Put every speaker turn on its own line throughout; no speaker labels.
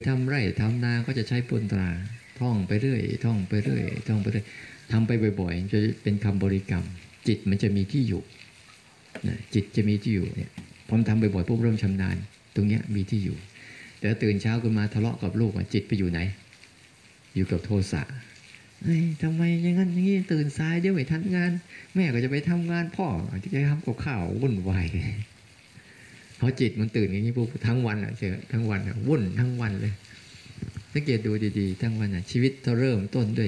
ทำไร่ทำนาก็จะใช้ปนตราท่องไปเรื่อยท่องไปเรื่อยท่องไปเรื่อยทำไปบ่อยๆจะเป็นคำบริกรรมจิตมันจะมีที่อยู่จิตจะมีที่อยู่เนี่ยพอทำบ่อยๆปุ๊บเริ่มชำนาญตรงเนี้ยมีที่อยู่แต่ตื่นเช้าขึ้นมาทะเลาะกับลูกจิตไปอยู่ไหนอยู่กับโทสะทำไมอย่างนั้นอย่างนี้ตื่นสายเดี๋ยวไม่ทันงานแม่ก็จะไปทำงานพ่อจะทำกับข้าววุ่นวายเพราะจิตมันตื่นอย่างนี้ปุ๊บทั้งวันเจอทั้งวันวุ่นทั้งวันเลยสังเกตดูดีๆทั้งวันชีวิตเราเริ่มต้นด้วย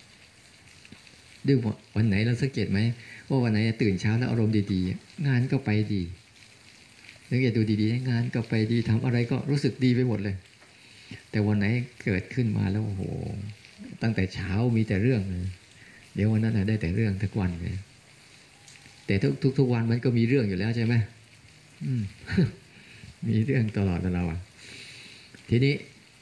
วันไหนเราสังเกตไหมว่าวันไหนตื่นเช้าแล้วอารมณ์ดีๆงานก็ไปดีสังเกตดูดีๆงานก็ไปดีทำอะไรก็รู้สึกดีไปหมดเลยแต่วันไหนเกิดขึ้นมาแล้วโอ้โหตั้งแต่เช้ามีแต่เรื่องเลยเดี๋ยววันนั้นได้แต่เรื่องทุกวันเลยแต่ทุกวันมันก็มีเรื่องอยู่แล้วใช่ไหมมีเรื่องตลอดเราทีนี้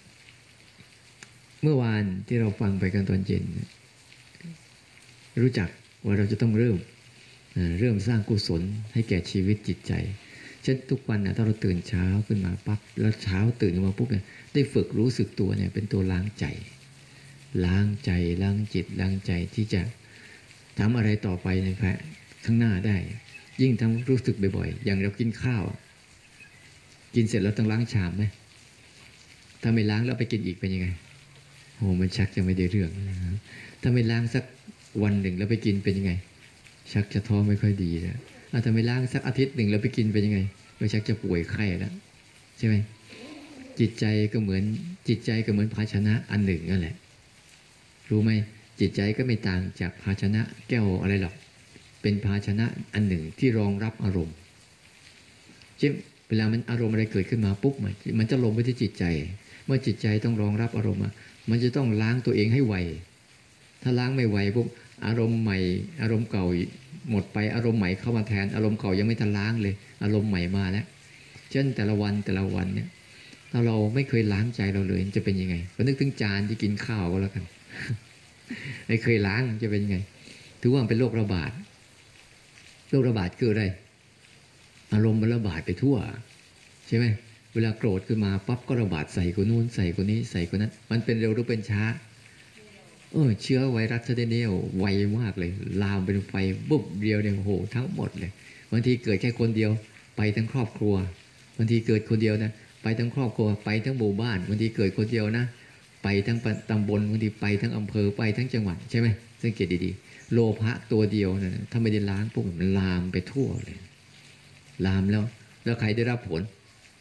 เมื่อวานที่เราฟังไปกันตอนเย็นรู้จักว่าเราจะต้องเริ่มสร้างกุศลให้แก่ชีวิตจิตใจเช่นทุกวันถ้าเราตื่นเช้าขึ้นมาปั๊บแล้วเช้าตื่นมาปุ๊บเนี่ยได้ฝึกรู้สึกตัวเนี่ยเป็นตัวล้างใจล้างจิตล้างใจที่จะทำอะไรต่อไปในภายข้างหน้าได้ยิ่งทำรู้สึกบ่อยๆอย่างเรากินข้าวกินเสร็จแล้วต้องล้างชามไหมถ้าไม่ล้างแล้วไปกินอีกเป็นยังไงโอ้มันชักจะไม่ได้เรื่องนะถ้าไม่ล้างสักวันหนึ่งแล้วไปกินเป็นยังไงชักจะท้องไม่ค่อยดีแล้วถ้าไม่ล้างสักอาทิตย์หนึ่งแล้วไปกินเป็นยังไงก็ชักจะป่วยไข้แล้วใช่ไหมจิตใจก็เหมือนภาชนะอันหนึ่งนั่นแหละรู้ไหมจิตใจก็ไม่ต่างจากภาชนะแก้วอะไรหรอกเป็นภาชนะอันหนึ่งที่รองรับอารมณ์เช่นเวลามันอารมณ์อะไรเกิดขึ้นมาปุ๊บมันจะลงไปที่จิตใจเมื่อจิตใจต้องรองรับอารมณ์มันจะต้องล้างตัวเองให้ไวถ้าล้างไม่ไวปุ๊บอารมณ์ใหม่อารมณ์เก่าหมดไปอารมณ์ใหม่เข้ามาแทนอารมณ์เก่ายังไม่ทันล้างเลยอารมณ์ใหม่มาแล้วเช่นแต่ละวันเนี่ยถ้าเราไม่เคยล้างใจเราเลยจะเป็นยังไงก็นึกถึงจานที่กินข้าวก็แล้วกันไม่เคยล้างจะเป็นยังไงถือว่าเป็นโรคระบาดคืออะไรอารมณ์มันระบาดไปทั่วใช่ไหมเวลาโกรธขึ้นมาปั๊บก็ระบาดใส่คนนู้นใส่คนนี้ใส่คนนั้นมันเป็นเร็วหรือเป็นช้าเชื้อไวรัสเนี่ยไวมากเลยลามเป็นไฟปุ๊บเดียวเนี่ยโหทั้งหมดเลยบางทีเกิดแค่คนเดียวไปทั้งครอบครัวบางทีเกิดคนเดียวนะไปทั้งครอบครัวไปทั้งหมู่บ้านบางทีเกิดคนเดียวนะไปทั้งตำบลบางทีไปทั้งอำเภอไปทั้งจังหวัดใช่ไหมสังเกตดีๆโลภะตัวเดียวนะถ้าไม่ได้ล้างปุ๊บมันลามไปทั่วเลยลามแล้วใครได้รับผล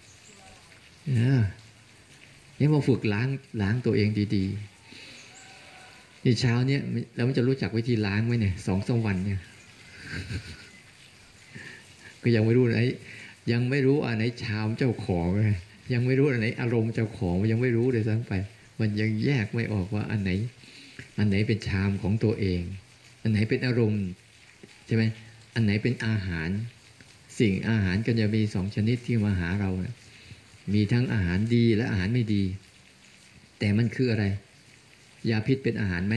นี่มาฝึกล้างตัวเองดีๆในเช้าเนี้ยแล้วมันจะรู้จักวิธีล้างไหมเนี่ย2-3 วันเนี่ยก็ยังไม่รู้ไหนยังไม่รู้อันไหนชามเจ้าของยังไม่รู้อันไหนอารมณ์เจ้าของยังไม่รู้เลยซ้ำไปมันยังแยกไม่ออกว่าอันไหนเป็นชามของตัวเองอันไหนเป็นอารมณ์ใช่ไหมอันไหนเป็นอาหารสิ่งอาหารก็จะมี2 ชนิดที่มาหาเรานะมีทั้งอาหารดีและอาหารไม่ดีแต่มันคืออะไรยาพิษเป็นอาหารไหม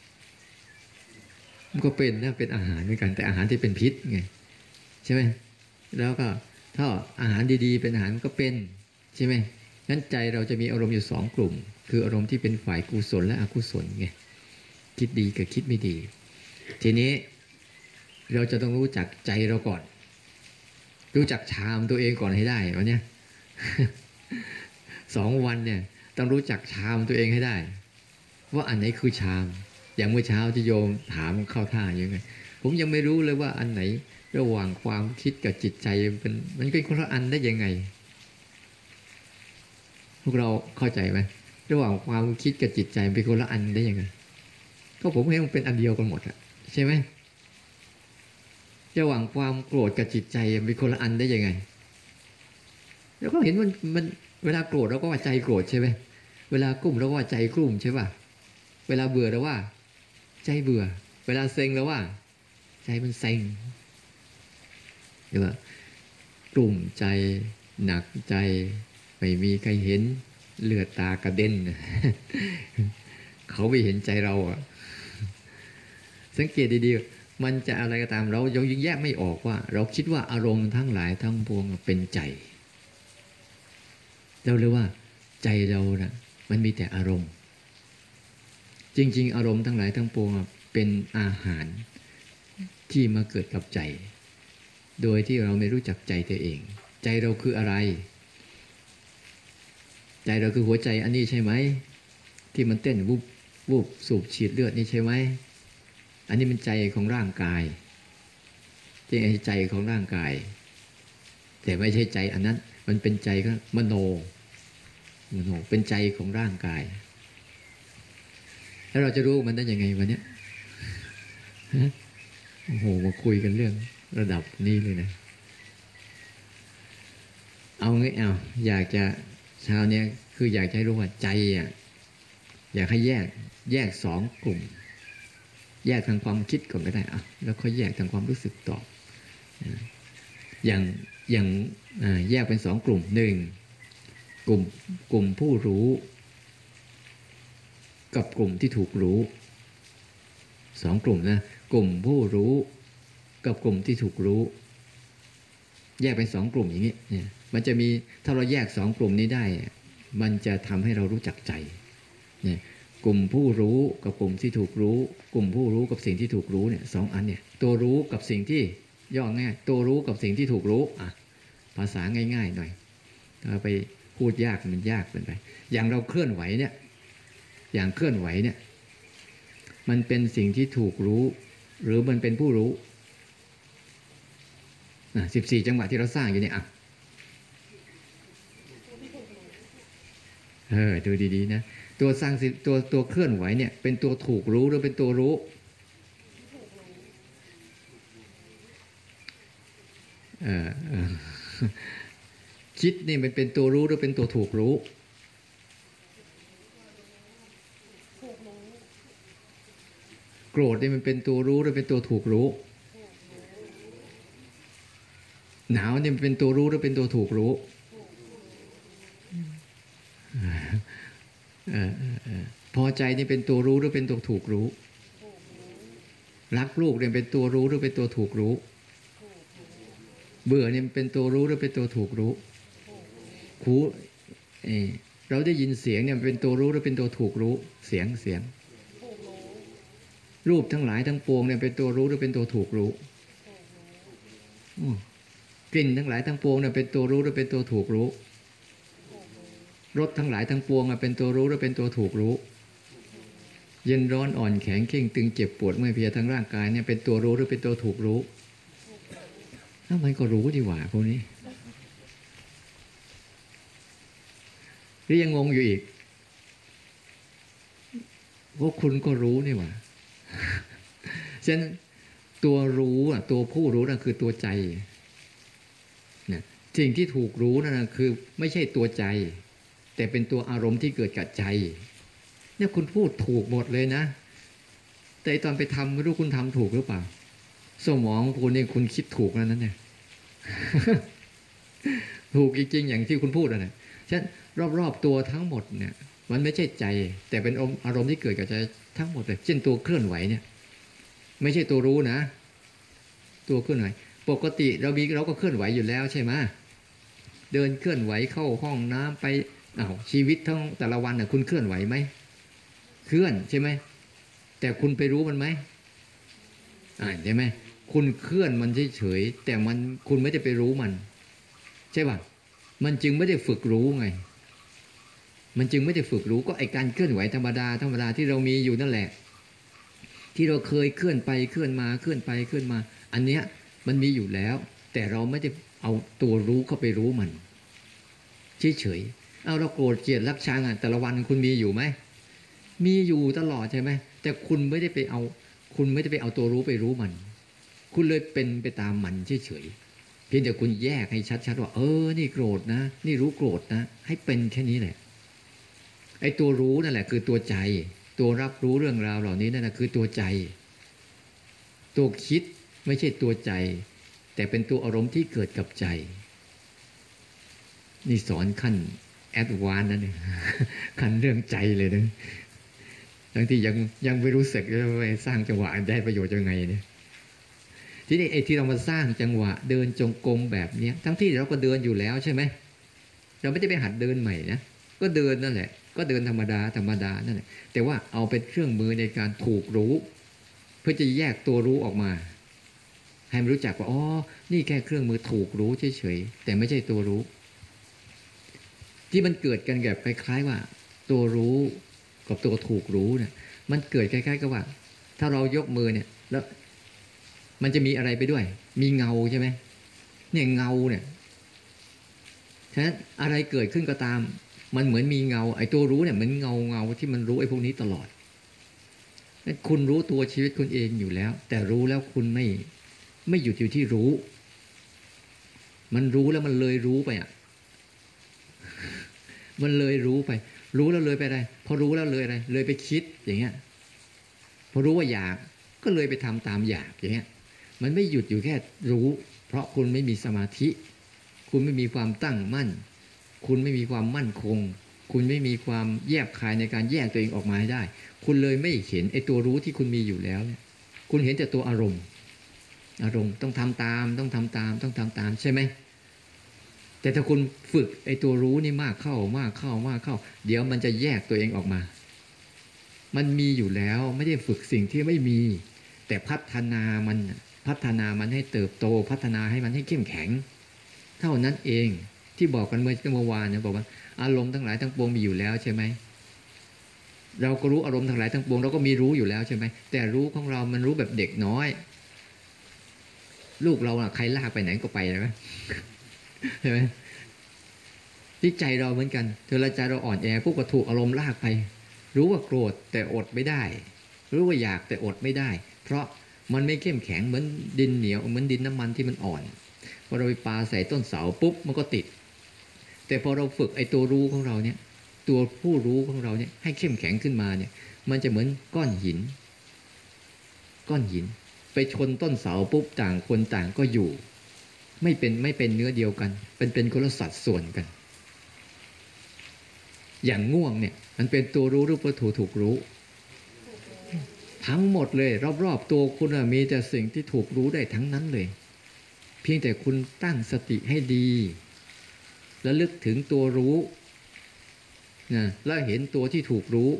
มันก็เป็นนะเป็นอาหารเหมือนกันแต่อาหารที่เป็นพิษไงใช่ไหมแล้วก็ถ้าอาหารดีๆเป็นอาหารมันก็เป็นใช่ไหมงั้นใจเราจะมีอารมณ์อยู่2 กลุ่มคืออารมณ์ที่เป็นฝ่ายกุศลและอกุศลไงคิดดีกับคิดไม่ดีทีนี้เราจะต้องรู้จักใจเราก่อนรู้จักชามตัวเองก่อนให้ได้วันนี้2 วันเนี่ยต้องรู้จักชามตัวเองให้ได้ว่าอันไหนคือชามอย่างเมื่อเช้าที่โยมถามเข้าท่าอย่างไงผมยังไม่รู้เลยว่าอันไหนระหว่างความคิดกับจิตใจมันเป็นคนละอันได้ยังไงพวกเราเข้าใจไหมระหว่างความคิดกับจิตใจเป็นคนละอันได้ยังไงก็ผมเห็นมันเป็นอันเดียวกันหมดอะใช่ไหมระหว่างความโกรธกับจิตใจเป็นคนละอันได้ยังไงแล้วก็เห็นมันเวลาโกรธเราก็ว่าใจโกรธใช่ไหมเวลากลุ้มเราก็ว่าใจกลุ้มใช่ป่ะเวลาเบื่อเราว่าใจเบื่อเวลาเซ็งเราว่าใจมันเซ็งหรือว่ากลุ่มใจหนักใจไม่มีใครเห็นเลือดตากระเด็นเขาไม่เห็นใจเราสังเกตดีๆมันจะอะไรก็ตามเรายังแยกไม่ออกว่าเราคิดว่าอารมณ์ทั้งหลายทั้งปวงเป็นใจเราเรียกว่าใจเรานะมันมีแต่อารมณ์จริงๆอารมณ์ทั้งหลายทั้งปวงเป็นอาหารที่มาเกิดกับใจโดยที่เราไม่รู้จักใจตัวเองใจเราคืออะไรใจเราคือหัวใจอันนี้ใช่ไหมที่มันเต้นวุบวุบสูบฉีดเลือดนี่ใช่ไหมอันนี้มันใจของร่างกายใจของร่างกายแต่ไม่ใช่ใจอันนั้นมันเป็นใจก็มโนเป็นใจของร่างกายแล้วเราจะรู้มันได้ยังไงวันนี้โอ้โหมาคุยกันเรื่องระดับนี้เลยนะเอาไงอยากจะเช้านี้คืออยากให้รู้ว่าใจอยากให้แยกสองกลุ่มแยกทางความคิดก่อนก็ได้แล้วค่อยแยกทางความรู้สึกต่ออย่างแยกเป็นสองกลุ่มหนึ่งกลุ่มผู้รู้กับกลุ่มที่ถูกรู้สองกลุ่มนะกลุ่มผู้รู้กับกลุ่มที่ถูกรู้แยกเป็นสองกลุ่มอย่างนี้เนี่ยมันจะมีถ้าเราแยกสองกลุ่มนี้ได้มันจะทำให้เรารู้จักใจเนี่ยกลุ่มผู้รู้กับกลุ่มที่ถูกรู้กลุ่มผู้รู้กับสิ่งที่ถูกรู้เนี่ยสองอันเนี่ยตัวรู้กับสิ่งที่ย่อง่ายตัวรู้กับสิ่งที่ถูกรู้ภาษาง่ายๆหน่อยถ้าไปพูดยากมันยากเกินไปอย่างเราเคลื่อนไหวเนี่ยอย่างเคลื่อนไหวเนี่ยมันเป็นสิ่งที่ถูกรู้หรือมันเป็นผู้รู้14จังหวะที่เราสร้างอยู่เนี่ยดูดีๆนะตัวสร้างตัวเคลื่อนไหวเนี่ยเป็นตัวถูกรู้หรือเป็นตัวรู้คิดนี่มันเป็นตัวรู้หรือเป็นตัวถูกรู้โกรธนี่มันเป็นตัวรู้หรือเป็นตัวถูกรู้หนาวนี่มันเป็นตัวรู้หรือเป็นตัวถูกรู้พอใจนี่เป็นตัวรู้หรือเป็นตัวถูกรู้รักลูกเนี่ยเป็นตัวรู้หรือเป็นตัวถูกรู้เบื่อเนี่ยเป็นตัวรู้หรือเป็นตัวถูกรู้หูเราได้ยินเสียงเนี่ยเป็นตัวรู้หรือเป็นตัวถูกรู้เสียงรูปทั้งหลายทั้งปวงเนี่ยเป็นตัวรู้หรือเป็นตัวถูกรู้กลิ่นทั้งหลายทั้งปวงเนี่ยเป็นตัวรู้หรือเป็นตัวถูกรู้รสทั้งหลายทั้งปวงเป็นตัวรู้หรือเป็นตัวถูกรู้เย็นร้อนอ่อนแข็งเข่งตึงเจ็บปวดเมื่อยเพลียทั้งร่างกายเนี่ยเป็นตัวรู้หรือเป็นตัวถูกรู้มันก็รู้ดีกว่าพวกนี้หรือยังงงอยู่อีกพวกคุณก็รู้นี่หว่าฉะนั้นตัวรู้ตัวผู้รู้นั่นคือตัวใจเนี่ยสิ่งที่ถูกรู้นั่นคือไม่ใช่ตัวใจแต่เป็นตัวอารมณ์ที่เกิดกับใจเนี่ยคุณพูดถูกหมดเลยนะแต่ตอนไปทำไม่รู้คุณทำถูกหรือเปล่าสมองคุณนี่คุณคิดถูกแล้วนั่นเนี่ย ถูกจริงๆอย่างที่คุณพูดนะฉะนั้นรอบๆตัวทั้งหมดเนี่ยมันไม่ใช่ใจแต่เป็นอารมณ์ที่เกิดกับใจทั้งหมดเลยเช่นตัวเคลื่อนไหวเนี่ยไม่ใช่ตัวรู้นะตัวเคลื่อนไหวปกติเราก็เคลื่อนไหวอยู่แล้วใช่ไหมเดินเคลื่อนไหวเข้าห้องน้ำไปชีวิตทั้งแต่ละวันคุณเคลื่อนไหวไหมเคลื่อนใช่ไหมแต่คุณไปรู้มันไหมใช่ไหมคุณเคลื่อนมันเฉยๆแต่คุณไม่ได้ไปรู้มันใช่ป่ะมันจึงไม่ได้ฝึกรู้ไงมันจึงไม่ได้ฝึกรู้ก็ไอการเคลื่อนไหวธรรมดาที่เรามีอยู่นั่นแหละที่เราเคยเคลื่อนไปเคลื่อนมาเคลื่อนไปเคลื่อนมาอันเนี้ยมันมีอยู่แล้วแต่เราไม่ได้เอาตัวรู้เข้าไปรู้มันเฉยๆเราโกรธเกลียดรักชังแต่ละวันคุณมีอยู่ไหมมีอยู่ตลอดใช่ไหมแต่คุณไม่ได้ไปเอาตัวรู้ไปรู้มันคุณเลยเป็นไปตามมันเฉยๆเพียงแต่คุณแยกให้ชัดๆว่านี่โกรธนะนี่รู้โกรธนะให้เป็นแค่นี้แหละไอ้ตัวรู้นั่นแหละคือตัวใจตัวรับรู้เรื่องราวเหล่านี้นั่นแหละคือตัวใจตัวคิดไม่ใช่ตัวใจแต่เป็นตัวอารมณ์ที่เกิดกับใจนี่สอนขั้นแอดวานซ์นั่นเองขั้นเรื่องใจเลยนะทั้งที่ยังไม่รู้สึกว่าสร้างจังหวะได้ประโยชน์ยังไงเนี่ยทีนี้ไอ้ที่เรามาสร้างจังหวะเดินจงกรมแบบนี้ทั้งที่เราก็เดินอยู่แล้วใช่ไหมเราไม่ได้ไปหัดเดินใหม่นะก็เดินนั่นแหละก็เดินธรรมดาธรรมดานั่นแหละแต่ว่าเอาเป็นเครื่องมือในการถูกรู้เพื่อจะแยกตัวรู้ออกมาให้มันรู้จักว่าอ๋อนี่แค่เครื่องมือถูกรู้เฉยๆแต่ไม่ใช่ตัวรู้ที่มันเกิดกันแบบคล้ายๆว่าตัวรู้กับตัวถูกรู้เนี่ยมันเกิดคล้ายๆกับว่าถ้าเรายกมือเนี่ยแล้วมันจะมีอะไรไปด้วยมีเงาใช่ไหมเนี่ยเงาเนี่ยฉะนั้นอะไรเกิดขึ้นก็ตามมันเหมือนมีเงาไอ้ตัวรู้เนี่ยเหมือนเงาที่มันรู้ไอ้พวกนี้ตลอดคุณรู้ตัวชีวิตคุณเองอยู่แล้วแต่รู้แล้วคุณไม่หยุดอยู่ที่รู้มันรู้แล้วมันเลยรู้ไปอ่ะมันเลยรู้ไปรู้แล้วเลยไปอะไรพอรู้แล้วเลยอะไรเลยไปคิดอย่างเงี้ยพอรู้ว่าอยากก็เลยไปทำตามอยากอย่างเงี้ยมันไม่หยุดอยู่แค่รู้เพราะคุณไม่มีสมาธิคุณไม่มีความตั้งมั่นคุณไม่มีความมั่นคงคุณไม่มีความแยบคายในการแยกตัวเองออกมาให้ได้คุณเลยไม่เห็นไอ้ตัวรู้ที่คุณมีอยู่แล้วเนี่ยคุณเห็นแต่ตัวอารมณ์ต้องทำตามต้องทำตามต้องทำตามใช่ไหมแต่ถ้าคุณฝึกไอ้ตัวรู้นี่มากเข้ามากเข้ามากเข้าเดี๋ยวมันจะแยกตัวเองออกมามันมีอยู่แล้วไม่ได้ฝึกสิ่งที่ไม่มีแต่พัฒนามันให้เติบโตพัฒนาให้มันให้เข้มแข็งเท่านั้นเองที่บอกกันเมื่อวานเนี่ยบอกว่าอารมณ์ทั้งหลายทั้งปวงมีอยู่แล้วใช่ไหมเราก็รู้อารมณ์ทั้งหลายทั้งปวงเราก็มีรู้อยู่แล้วใช่ไหมแต่รู้ของเรามันรู้แบบเด็กน้อยลูกเราอะใครลากไปไหนก็ไปเลยไหมใช่ไหมที่ใจเราเหมือนกันเธอละใจเราอ่อนแอพวกก็ถูกอารมณ์ลากไปรู้ว่าโกรธแต่อดไม่ได้รู้ว่าอยากแต่อดไม่ได้เพราะมันไม่เข้มแข็งเหมือนดินเหนียวเหมือนดินน้ำมันที่มันอ่อนพอเราไปปาใส่ต้นเสาปุ๊บมันก็ติดแต่พอเราฝึกไอ้ตัวรู้ของเราเนี่ยตัวผู้รู้ของเราเนี่ยให้เข้มแข็งขึ้นมาเนี่ยมันจะเหมือนก้อนหินไปชนต้นเสาปุ๊บต่างคนต่างก็อยู่ไม่เป็นเนื้อเดียวกันเป็นคนละสัดส่วนกันอย่างง่วงเนี่ยมันเป็นตัวรู้หรือตัวถูกรู้ทั้งหมดเลยรอบๆตัวคุณมีแต่สิ่งที่ถูกรู้ได้ทั้งนั้นเลยเพียงแต่คุณตั้งสติให้ดีแล้วลึกถึงตัวรู้นะแล้วเห็นตัวที่ถูกรู้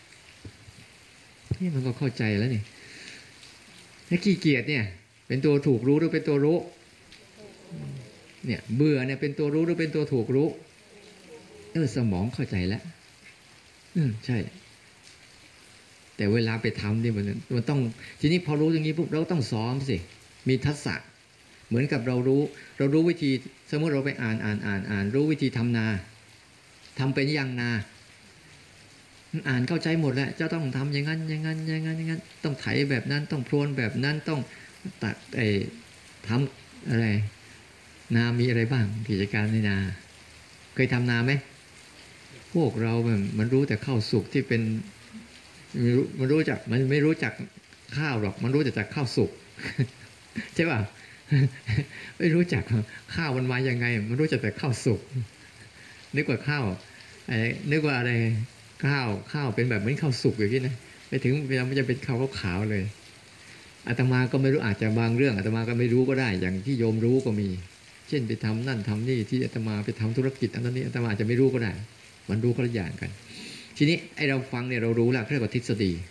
นี่มันก็เข้าใจแล้วนี่ถ้าขี้เกียจเนี่ยเป็นตัวถูกรู้หรือเป็นตัวรู้เนี่ยเบื่อเนี่ยเป็นตัวรู้หรือเป็นตัวถูกรู้สมองเข้าใจแล้วใช่แต่เวลาไปทำเนี่ยมันต้องทีนี้พอรู้อย่างนี้ปุ๊บเราต้องซ้อมสิมีทักษะเหมือนกับเรารู้วิธีสมมติเราไปอ่านรู้วิธีทำนาทำเป็นยังนาอ่านเข้าใจหมดแล้วจะต้องทำอย่างนั้นต้องไถแบบนั้นต้องพรวนแบบนั้นต้องตัดทำอะไรนามีอะไรบ้างกิจการในนาเคยทำนาไหมพวกเรามันรู้แต่ข้าวสุกที่เป็นมันรู้จักมันไม่รู้จักข้าวหรอกมันรู้แต่จากข้าวสุกใช่ป่ะไม่รู้จักข้าวมันมายังไงมันรู้จักแต่ข้าวสุกนึกว่าข้าวนึกว่าอะไรข้าวเป็นแบบเหมือนข้าวสุกอย่างนี้นะไปถึงเวลามันจะเป็นข้าวขาวเลยอาตมาก็ไม่รู้อาจจะบางเรื่องอาตมาก็ไม่รู้ก็ได้อย่างที่โยมรู้ก็มีเช่นไปทำนั่นทำนี่ที่อาตมาไปทำธุรกิจอันนั้นนี่อาตมาอาจจะไม่รู้ก็ได้มันรู้คนละอย่างกันทีนี้ไอเราฟังเนี่ยเรารู้แล้วเรียกว่าทฤษ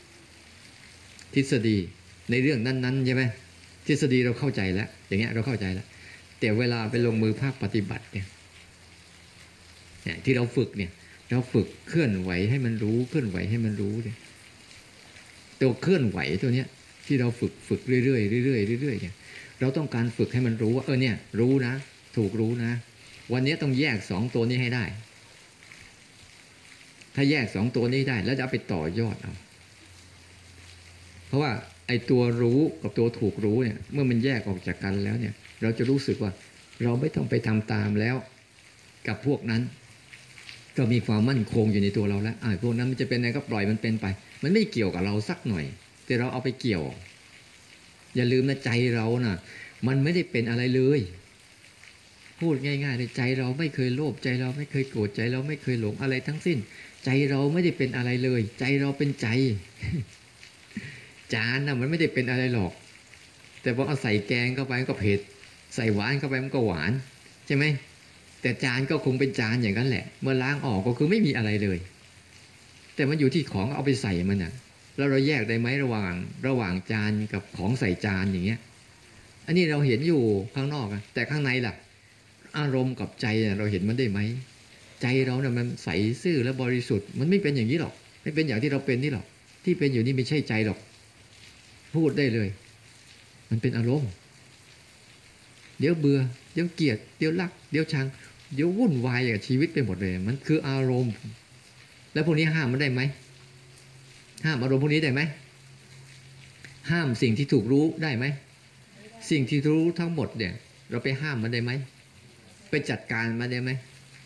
ฎีในเรื่องนั้นๆใช่ไหมทฤษฎีเราเข้าใจแล้วอย่างเงี้ยเราเข้าใจแล้วแต่เวลาไปลงมือภาคปฏิบัติเนี่ยที่เราฝึกเนี่ยเราฝึกเคลื่อนไหวให้มันรู้เคลื่อนไหวให้มันรู้เนี่ยตัวเคลื่อนไหวตัวเนี้ยที่เราฝึกเรื่อยๆเนี่ยเราต้องการฝึกให้มันรู้ว่าเนี่ยรู้นะถูกรู้นะวันนี้ต้องแยกสองตัวนี้ให้ได้ถ้าแยกสองตัวนี้ได้แล้วจะเอาไปต่อยอดเอาเพราะว่าไอ้ตัวรู้กับตัวถูกรู้เนี่ยเมื่อมันแยกออกจากกันแล้วเนี่ยเราจะรู้สึกว่าเราไม่ต้องไปทำตามแล้วกับพวกนั้นเรามีความมั่นคงอยู่ในตัวเราแล้วพวกนั้นมันจะเป็นอะไรก็ปล่อยมันเป็นไปมันไม่เกี่ยวกับเราสักหน่อยแต่เราเอาไปเกี่ยวอย่าลืมนะใจเราน่ะมันไม่ได้เป็นอะไรเลยพูดง่ายๆในใจเราไม่เคยโลภใจเราไม่เคยโกรธใจเราไม่เคยหลงอะไรทั้งสิ้นใจเราไม่ได้เป็นอะไรเลยใจเราเป็นใจจานน่ะมันไม่ได้เป็นอะไรหรอกแต่พอเอาใส่แกงเข้าไปมันก็เผ็ดใส่หวานเข้าไปมันก็หวานใช่ไหมแต่จานก็คงเป็นจานอย่างนั้นแหละเมื่อล้างออกก็คือไม่มีอะไรเลยแต่มันอยู่ที่ของเอาไปใส่มันน่ะแล้วเราแยกได้ไหมระหว่างจานกับของใส่จานอย่างเงี้ยอันนี้เราเห็นอยู่ข้างนอกแต่ข้างในล่ะอารมณ์กับใจเราเห็นมันได้ไหมใจเราเนี่ยมันใสซื่อและบริสุทธิ์มันไม่เป็นอย่างนี้หรอกไม่เป็นอย่างที่เราเป็นนี่หรอกที่เป็นอยู่นี่ไม่ใช่ใจหรอกพูดได้เลยมันเป็นอารมณ์เดี๋ยวเบื่อเดี๋ยวเกลียดเดี๋ยวรักเดี๋ยวชังเดี๋ยววุ่นวายกับชีวิตไปหมดเลยมันคืออารมณ์แล้วพวกนี้ห้ามมันได้ไหมห้ามอารมณ์พวกนี้ได้ไหมห้ามสิ่งที่ถูกรู้ได้ไหมสิ่งที่รู้ทั้งหมดเนี่ยเราไปห้ามมันได้ไหมไปจัดการมันได้ไหม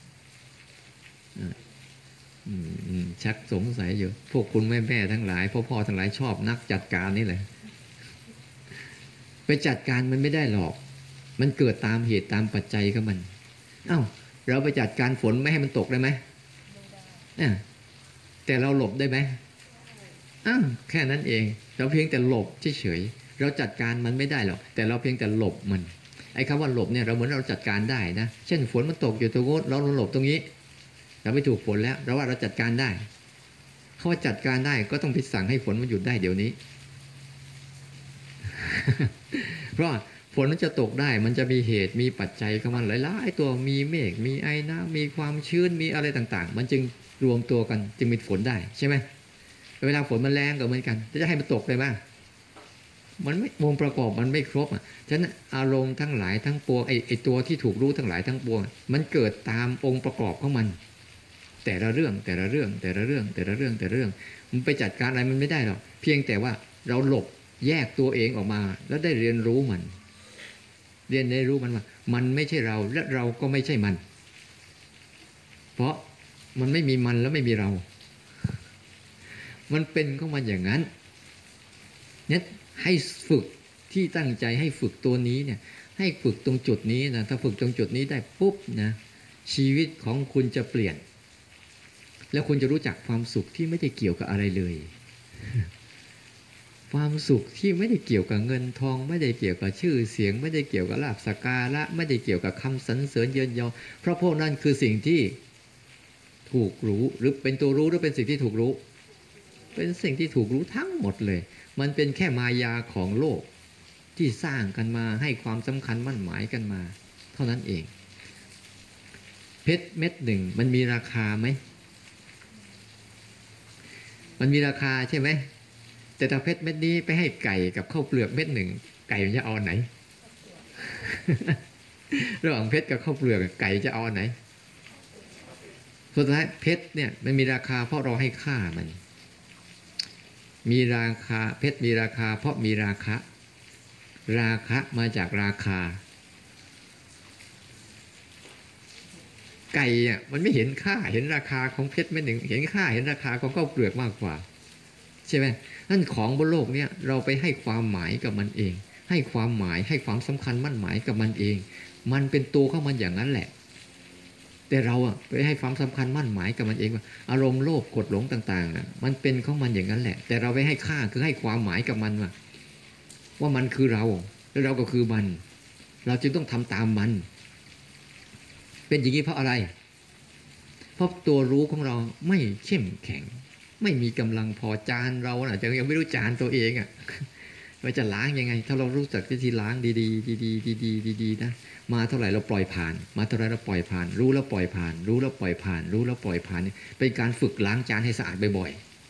ชักสงสัยอยู่พวกคุณแม่ทั้งหลายพ่อทั้งหลายชอบนักจัดการนี่แหละไปจัดการมันไม่ได้หรอกมันเกิดตามเหตุตามปัจจัยของมันเราไปจัดการฝนไม่ให้มันตกได้ไหมแต่เราหลบได้ไหมแค่นั้นเองเราเพียงแต่หลบเฉยๆเราจัดการมันไม่ได้หรอกแต่เราเพียงแต่หลบมันไอ้คำว่าหลบเนี่ยเราเหมือนเราจัดการได้นะเช่นฝนมันตกอยู่ตรงโน้นเราหลบตรงนี้เราไม่ถูกฝนแล้วเราว่าเราจัดการได้เขาว่าจัดการได้ก็ต้องไปสั่งให้ฝนมันหยุดได้เดี๋ยวนี้ เพราะฝนมันจะตกได้มันจะมีเหตุมีปัจจัยของมันหลายๆตัวมีเมฆมีไอน้ำมีความชื้นมีอะไรต่างๆมันจึงรวมตัวกันจึงมีฝนได้ใช่ไหมเวลาฝนมันแรงก็เหมือนกันจะให้มันตกได้บ้างมันไม่วงประกอบมันไม่ครบฉะนั้นอารมณ์ทั้งหลายทั้งปวงไอตัวที่ถูกรู้ทั้งหลายทั้งปวงมันเกิดตามองค์ประกอบของมันแต่ละเรื่องมันไปจัดการอะไรมันไม่ได้หรอกเพียงแต่ว่าเราหลบแยกตัวเองออกมาแล้วได้เรียนรู้มันว่ามันไม่ใช่เราและเราก็ไม่ใช่มันเพราะมันไม่มีมันแล้วไม่มีเรามันเป็นของมันอย่างนั้นเนี่ยให้ฝึกที่ตั้งใจให้ฝึกตัวนี้เนี่ยให้ฝึกตรงจุดนี้นะถ้าฝึกตรงจุดนี้ได้ปุ๊บนะชีวิตของคุณจะเปลี่ยนแล้วคุณจะรู้จักความสุขที่ไม่ได้เกี่ยวกับอะไรเลยความสุขที่ไม่ได้เกี่ยวกับเงินทองไม่ได้เกี่ยวกับชื่อเสียงไม่ได้เกี่ยวกับลาภสักการะไม่ได้เกี่ยวกับคำสรรเสริญเยินยอเพราะพวกนั้นคือสิ่งที่ถูกรู้หรือเป็นตัวรู้หรือเป็นสิ่งที่ถูกรู้เป็นสิ่งที่ถูกรู้ทั้งหมดเลยมันเป็นแค่มายาของโลกที่สร้างกันมาให้ความสำคัญมั่นหมายกันมาเท่านั้นเองเพชรเม็ดหนึ่งมันมีราคาไหมมันมีราคาใช่ไหมแต่ถ้าเพชรเม็ดนี้ไปให้ไก่กับข้าวเปลือกเม็ดหนึ่งไก่มันจะเอาไหน ระหว่างเพชรกับข้าวเปลือกไก่จะเอาไหนสุดท้ายเพชรเนี่ยมันมีราคาเพราะเราให้ค่ามันมีราคาเพชรมีราคาเพราะมีราคะมาจากราคาไก่มันไม่เห็นค่าเห็นราคาของเพชรไม่หนึ่งเห็นค่าเห็นราคาของข้าวเปลือกมากกว่าใช่ไหมนั่นของบนโลกเนี่ยเราไปให้ความหมายกับมันเองให้ความหมายให้ความสำคัญมั่นหมายกับมันเองมันเป็นตัวของมันอย่างนั้นแหละแต่เราไปให้ความสำคัญมั่นหมายกับมันเองว่าอารมณ์โลภกดหลงต่างๆมันเป็นของมันอย่างนั้นแหละแต่เราไปให้ค่าคือให้ความหมายกับมันว่ามันคือเราแล้วเราก็คือมันเราจึงต้องทำตามมันเป็นอย่างนี้เพราะอะไรเพราะตัวรู้ของเราไม่เข้มแข็งไม่มีกำลังพอจานเราจะยังไม่รู้จานตัวเองว่าจะล้างยังไงถ้าเรารู้จักวิธีล้างดีๆนะมาเท่าไหร่เราปล่อยผ่านมาเท่าไหร่เราปล่อยผ่านรู้แล้วปล่อยผ่านรู้แล้วปล่อยผ่านรู้แล้วปล่อยผ่านเป็นการฝึกล้างจานให้สะอาดบ่อย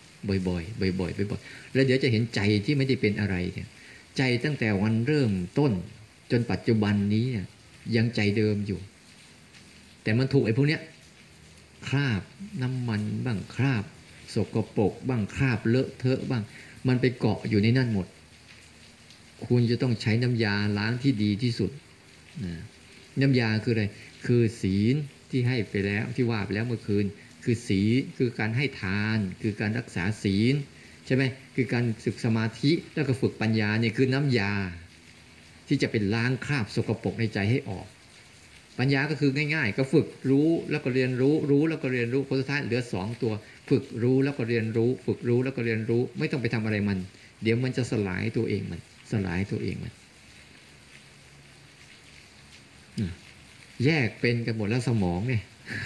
ๆแล้วเดี๋ยวจะเห็นใจที่ไม่ได้เป็นอะไรเนี่ยใจตั้งแต่วันเริ่มต้นจนปัจจุบันนี้ยังใจเดิมอยู่แต่มันถูกไอ้พวกเนี้ยคราบน้ำมันบ้างคราบสกปรกบ้างคราบเลอะเทอะบ้างมันไปเกาะอยู่ในนั่นหมดคุณจะต้องใช้น้ำยาล้างที่ดีที่สุดน้ำยาคืออะไรคือศีลที่ให้ไปแล้วที่ว่าไปแล้วเมื่อคืนคือศีลคือการให้ทานคือการรักษาศีลใช่ไหมคือการฝึกสมาธิแล้วก็ฝึกปัญญาเนี่ยคือน้ำยาที่จะเป็นล้างคราบสกปรกในใจให้ออกปัญญาก็คือง่ายๆก็ฝึกรู้แล้วก็เรียนรู้แล้วก็เรียนรู้ผลสุดท้ายเหลือ2ตัวฝึกรู้แล้วก็เรียนรู้ฝึกรู้แล้วก็เรียนรู้ไม่ต้องไปทำอะไรมันเดี๋ยวมันจะสลายตัวเองมันแยกเป็นกันหมดแล้วสมองเนี่ย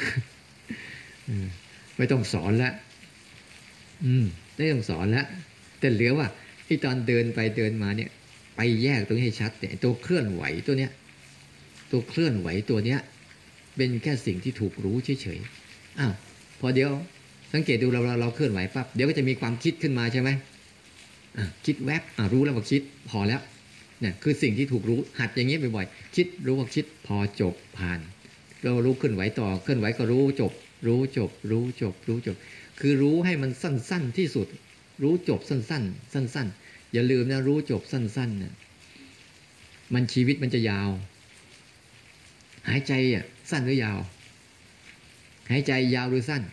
ไม่ต้องสอนแล้วไม่ต้องสอนแล้วแต่เหลือว่าที่ตอนเดินไปเดินมาเนี่ยไปแยกตรงนี้ให้ชัดเนี่ยตัวเคลื่อนไหวตัวเนี้ยตัวเคลื่อนไหวตัวเนี้ยเป็นแค่สิ่งที่ถูกรู้เฉยๆอ้าวพอเดี๋ยวสังเกตดูเราเคลื่อนไหวปั๊บเดี๋ยวก็จะมีความคิดขึ้นมาใช่ไหมคิดแวบรู้แล้วว่าคิดพอแล้วเนี่ยคือสิ่งที่ถูกรู้หัดอย่างนี้บ่อยๆคิดรู้ว่าคิดพอจบผ่านเรารู้เคลื่อนไหวต่อเคลื่อนไหวก็รู้จบรู้จบรู้จบรู้จบคือรู้ให้มันสั้นๆที่สุดรู้จบสั้นๆสั้นๆอย่าลืมนะรู้จบสั้นๆเนี่ยมันชีวิตมันจะยาวหายใจสั้นหรือยาวหายใจยาวหรือสั้น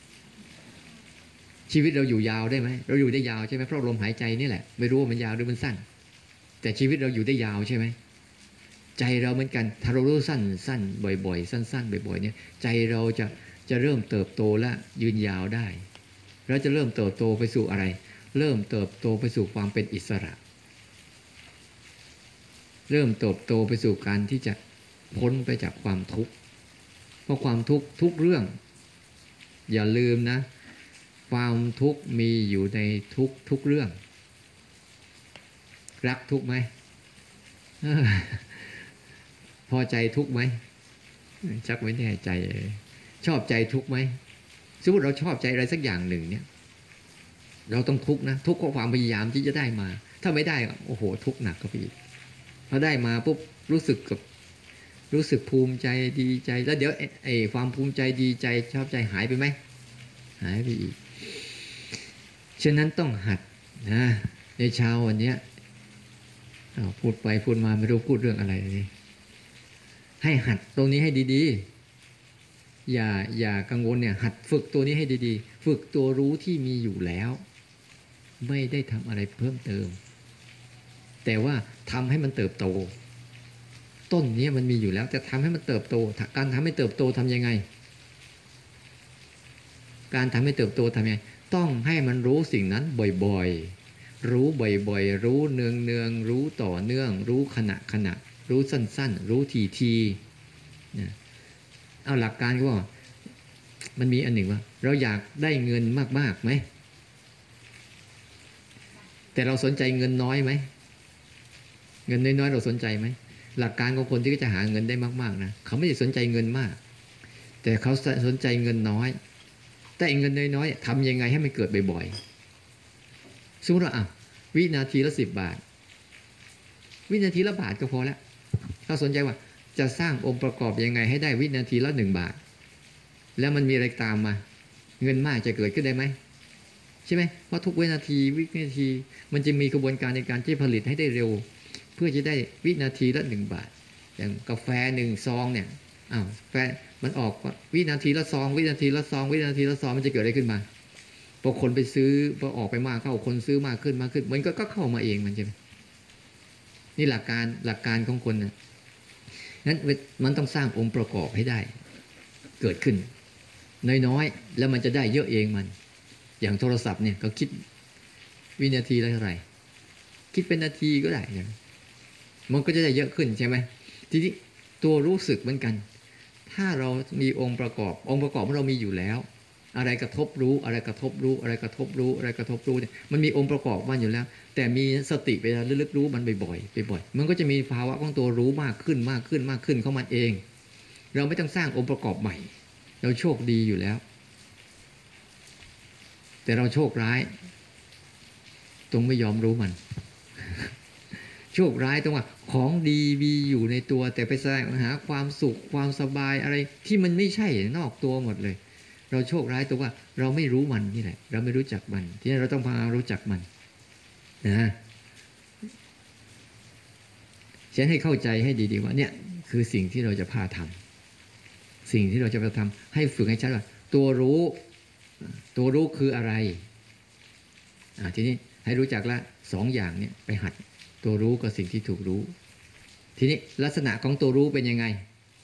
ชีวิตเราอยู่ยาวได้ไหมเราอยู่ได้ยาวใช่ไหมเพราะลมหายใจนี่แหละไม่รู้ว่ามันยาวหรือมันสั้นแต่ชีวิตเราอยู่ได้ยาวใช่ไหมใจเราเหมือนกันถ้าเรารู้สั้นบ่อยๆสั้นๆบ่อยๆเนี่ยใจเราจะเริ่มเติบโตและยืนยาวได้เราจะเริ่มเติบโตไปสู่อะไรเริ่มเติบโตไปสู่ความเป็นอิสระเริ่มเติบโตไปสู่การที่จะพ้นไปจากความทุกข์เพราะความทุกข์ทุกเรื่องอย่าลืมนะความทุกข์มีอยู่ในทุกเรื่องรักทุกข์ไหมพอใจทุกข์ไหมชักไม่แน่ใจชอบใจทุกข์ไหมสมมติเราชอบใจอะไรสักอย่างหนึ่งเนี่ยเราต้องทุกข์นะทุกข์เพราะความพยายามที่จะได้มาถ้าไม่ได้โอ้โหทุกข์หนักก็ไปอีกพอได้มาปุ๊บรู้สึกภูมิใจดีใจแล้วเดี๋ยวไอ้ความภูมิใจดีใจชอบใจหายไปไหมหายไปอีกฉะนั้นต้องหัดนะในเช้าวันนี้พูดไปพูดมาไม่รู้พูดเรื่องอะไรเลยให้หัดตรงนี้ให้ดีๆอย่ากังวลเนี่ยหัดฝึกตัวนี้ให้ดีๆฝึกตัวรู้ที่มีอยู่แล้วไม่ได้ทำอะไรเพิ่มเติมแต่ว่าทำให้มันเติบโตต้นนี้มันมีอยู่แล้วจะทำให้มันเติบโตการทำให้เติบโตทำยังไงการทำให้เติบโตทำยังไงต้องให้มันรู้สิ่งนั้นบ่อยๆรู้บ่อยๆรู้เนืองๆรู้ต่อเนื่องรู้ขณะรู้สั้นๆรู้ทีนะเอาหลักการก็ว่ามันมีอันหนึ่งว่าเราอยากได้เงินมากๆไหมแต่เราสนใจเงินน้อยไหมเงินน้อยๆเราสนใจไหมหลักการของคนที่จะหาเงินได้มากๆนะเขาไม่ได้สนใจเงินมากแต่เขาสนใจเงินน้อยแต่เงินน้อยๆทำยังไงให้มันเกิดบ่อยๆสมมติว่าวินาทีละ10 บาทวินาทีละบาทก็พอแล้วเขาสนใจว่าจะสร้างองค์ประกอบยังไงให้ได้วินาทีละ1 บาทแล้วมันมีอะไรตามมาเงินมากจะเกิดขึ้นได้ไหมใช่ไหมเพราะทุกวินาทีมันจะมีกระบวนการในการที่ผลิตให้ได้เร็วเพื่อจะได้วินาทีละ1 บาทอย่างกาแฟ1 ซองเนี่ยแฟมันออกวินาทีละซองวินาทีละซองวินาทีละซองมันจะเกิดอะไรขึ้นมาพอคนไปซื้อพอออกไปมากเข้าคนซื้อมากขึ้นมันก็เข้ามาเองมันใช่ไหมนี่หลักการของคนนะนั้นมันต้องสร้างองค์ประกอบให้ได้เกิดขึ้นน้อยๆแล้วมันจะได้เยอะเองมันอย่างโทรศัพท์เนี่ยก็คิดวินาทีละเท่าไหร่คิดเป็นนาทีก็ได้มันก็จะได้เยอะขึ้นใช่ไหมทีนี้ตัวรู้สึกเหมือนกันถ้าเรามีองค์ประกอบของเรามีอยู่แล้วอะไรกระทบรู้อะไรกระทบรู้อะไรกระทบรู้อะไรกระทบรู้เนี่ยมันมีองค์ประกอบมันอยู่แล้วแต่มีสติไประลึกรู้มันบ่อยๆมันก็จะมีภาวะของตัวรู้มากขึ้นเข้ามันเองเราไม่ต้องสร้างองค์ประกอบใหม่เราโชคดีอยู่แล้วแต่เราโชคร้ายตรงไม่ยอมรู้มันโชคร้ายตรงว่าของดีมีอยู่ในตัวแต่ไปแสวงหาความสุขความสบายอะไรที่มันไม่ใช่นอกตัวหมดเลยเราโชคร้ายตรงว่าเราไม่รู้มันนี่แหละเราไม่รู้จักมันที่นี่เราต้องพารู้จักมันนะฉันให้เข้าใจให้ดีๆว่าเนี่ยคือสิ่งที่เราจะพาทำสิ่งที่เราจะทำให้ฝึกให้ชัดว่าตัวรู้คืออะไรทีนี้ให้รู้จักละ2 อย่างเนี่ยไปหัดตัวรู้กับสิ่งที่ถูกรู้ทีนี้ลักษณะของตัวรู้เป็นยังไง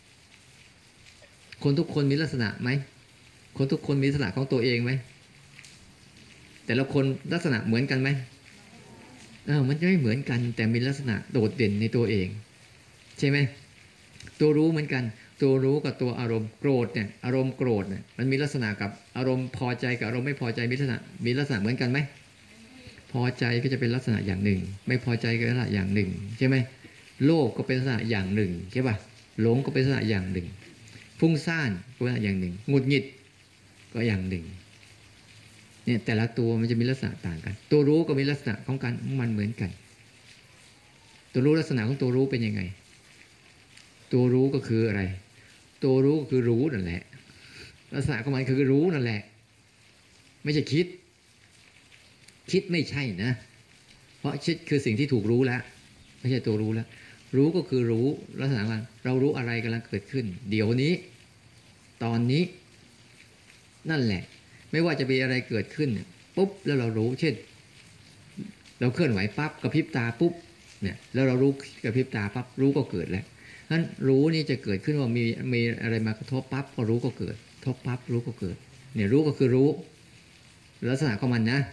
คนทุกคนมีลักษณะไหมคนทุกคนมีลักษณะของตัวเองไหมแต่ละคนลักษณะเหมือนกันไหมมันจะไม่เหมือนกันแต่มีลักษณะโดดเด่นในตัวเองใช่ไหมตัวรู้เหมือนกันตัวรู้กับตัวอารมณ์โกรธเนี่ยอารมณ์โกรธเนี่ยมันมีลักษณะกับอารมณ์พอใจกับอารมณ์ไม่พอใจมีลักษณะเหมือนกันไหมพอใจก็จะเป็นลักษณะอย่างหนึ่งไม่พอใจก็เป็นลักษณะอย่างหนึ่งใช่ไหมโลภก็เป็นลักษณะอย่างหนึ่งใช่ป่ะหลงก็เป็นลักษณะอย่างหนึ่งฟุ้งซ่านก็เป็นลักษณะอย่างหนึ่งหงุดหงิดก็อย่างหนึ่งเนี่ยแต่ละตัวมันจะมีลักษณะต่างกันตัวรู้ก็มีลักษณะของมันเหมือนกันตัวรู้ลักษณะของตัวรู้เป็นยังไงตัวรู้ก็คืออะไรตัวรู้ก็คือรู้นั่นแหละลักษณะของมันคือรู้นั่นแหละไม่ใช่คิดไม่ใช่นะเพราะคิดคือสิ่งที่ถูกรู้แล้วไม่ใช่ตัวรู้แล้วรู้ก็คือรู้ลักษณะว่าเรารู้อะไรกำลังเกิดขึ้นเดี๋ยวนี้ตอนนี้นั่นแหละไม่ว่าจะมีอะไรเกิดขึ้นปุ๊บแล้วเรารู้เช่นเราเคลื่อนไหวปั๊บกระพริบตาปุ๊บเนี่ยแล้วเรารู้กระพริบตาปั๊บรู้ก็เกิดแล้วนั้นรู้นี่จะเกิดขึ้นว่ามีอะไรมากระทบปั๊บพอรู้ก็เกิดทบปั๊บรู้ก็เกิดเนี่ยรู้ก็คือรู้ลักษณะของมันนะ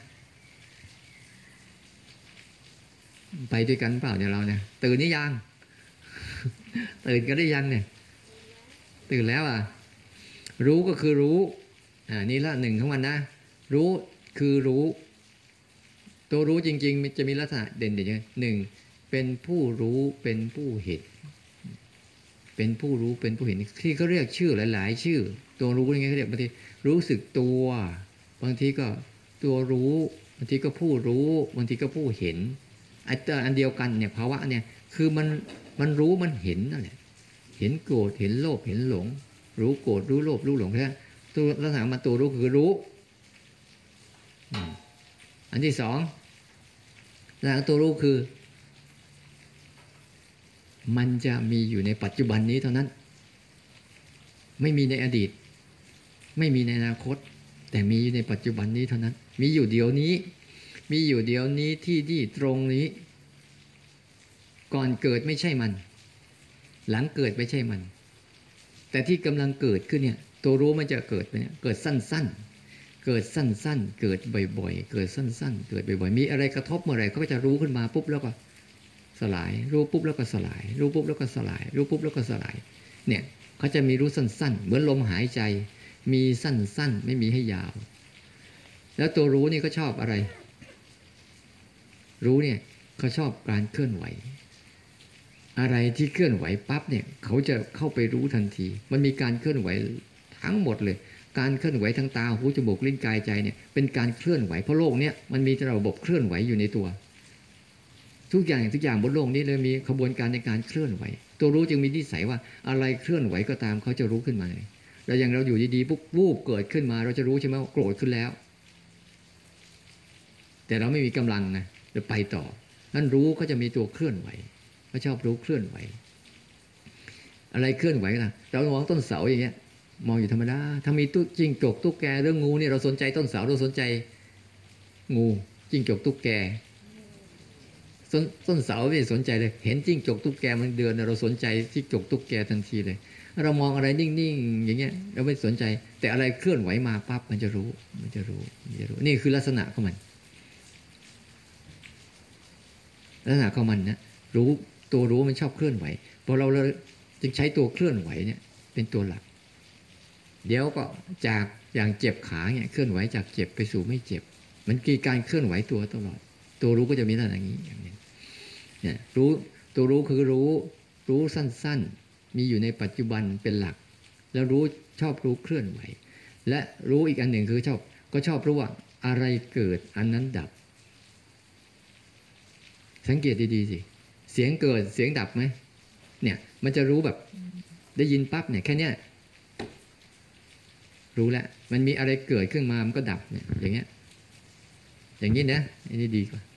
ไปด้วยกันเปล่าเนี่ยเราเนี่ยตื่นนี่ยังตื่นกันได้ยังเนี่ยตื่นแล้วอ่ะรู้ก็คือรู้นี่ละหนึ่งของมันนะรู้คือรู้ตัวรู้จริงๆจะมีลักษณะเด่นๆอย่างหนึ่งเป็นผู้รู้เป็นผู้เห็นเป็นผู้รู้เป็นผู้เห็นที่เขาเรียกชื่อหลายๆชื่อตัวรู้ยังไงเขาเรียกบางทีรู้สึกตัวบางทีก็ตัวรู้บางทีก็ผู้รู้บางทีก็ผู้เห็นอันเดียวกันเนี่ยภาวะเนี่ยคือมันรู้มันเห็นนั่นแหละเห็นโกรธเห็นโลภเห็นหลงรู้โกรธรู้โลภรู้หลงแค่ตัวลักษณะมันตัวรู้คือรู้อันที่สองลักษณะตัวรู้คือมันจะมีอยู่ในปัจจุบันนี้เท่านั้นไม่มีในอดีตไม่มีในอนาคตแต่มีอยู่ในปัจจุบันนี้เท่านั้นมีอยู่เดี๋ยวนี้มีอยู่เดี๋ยวนี้ที่ตรงนี้ก่อนเกิดไม่ใช่มันหลังเกิดไม่ใช่มันแต่ที่กำลังเกิดขึ้นเนี่ยตัวรู้มันจะเกิดไปเนี่ยเกิดสั้นๆเกิดสั้นๆเกิดบ่อยๆเกิดสั้นๆเกิดบ่อยๆมีอะไรกระทบเมื่อไหร่เขาก็จะรู้ขึ้นมาปุ๊บแล้วก็สลายรู้ปุ๊บแล้วก็สลายรู้ปุ๊บแล้วก็สลายรู้ปุ๊บแล้วก็สลายเนี่ยเขาจะมีรู้สั้นๆเหมือนลมหายใจมีสั้นๆไม่มีให้ยาวแล้วตัวรู้นี่ก็ชอบอะไรรู้เนี่ยเขาชอบการเคลื่อนไหวอะไรที่เคลื่อนไหวปั๊บเนี่ยเขาจะเข้าไปรู้ทันทีมันมีการเคลื่อนไหวทั้งหมดเลยการเคลื่อนไหวทางตาหูจมูกลิ้นกายใจเนี่ยเป็นการเคลื่อนไหวเพราะโลกเนี้ยมันมีระบบเคลื่อนไหวอยู่ในตัวทุกอย่างบนโลกนี้เลยมีขบวนการในการเคลื่อนไหวตัวรู้จึงมีนิสัยว่าอะไรเคลื่อนไหวก็ตามเขาจะรู้ขึ้นมาเลยแล้วอย่างเราอยู่ดีๆปุ๊บวูบเกิดขึ้นมาเราจะรู้ใช่ไหมว่าโกรธขึ้นแล้วแต่เราไม่มีกำลังนะจะไปต่อนั้นรู้ก็จะมีตัวเคลื่อนไหวเขาชอบรู้เคลื่อนไหวอะไรเคลื่อนไหวล่ะเรามองต้นเสาอย่างเงี้ยมองอยู่ธรรมดาถ้ามีตุ๊กจิ้งจกตุ๊กแกเรื่องงูเนี่ยเราสนใจต้นเสาเราสนใจงูจิ้งจกตุ๊กแกต้นเสาไม่สนใจเลยเห็นจิ้งจกตุ๊กแกมันเดินเราสนใจจิ้งจกตุ๊กแกทันทีเลยเรามองอะไรนิ่งๆอย่างเงี้ยเราไม่สนใจแต่อะไรเคลื่อนไหวมาปั๊บมันจะรู้นี่คือลักษณะของมันลักษณะของมันนะรู้ตัวรู้มันชอบเคลื่อนไหวพอเราจึงใช้ตัวเคลื่อนไหวเนี่ยเป็นตัวหลักเดี๋ยวก็จากอย่างเจ็บขาเนี่ยเคลื่อนไหวจากเจ็บไปสู่ไม่เจ็บมันคือการเคลื่อนไหวตัวตลอดตัวรู้ก็จะมีลักษณะอย่างนี้อย่างนี้เนี่ยรู้ตัวรู้คือรู้สั้นๆมีอยู่ในปัจจุบันเป็นหลักแล้วรู้ชอบรู้เคลื่อนไหวและรู้อีกอันหนึ่งคือชอบรู้ว่าอะไรเกิดอันนั้นดับสังเกตดีๆสิเสียงเกิดเสียงดับไหมเนี่ยมันจะรู้แบบได้ยินปั๊บเนี่ยแค่เนี้ยรู้แล้วมันมีอะไรเกิดขึ้นมามันก็ดับเนี่ยอย่างเงี้ยอย่างนี้นะอันนี้ดีกว่า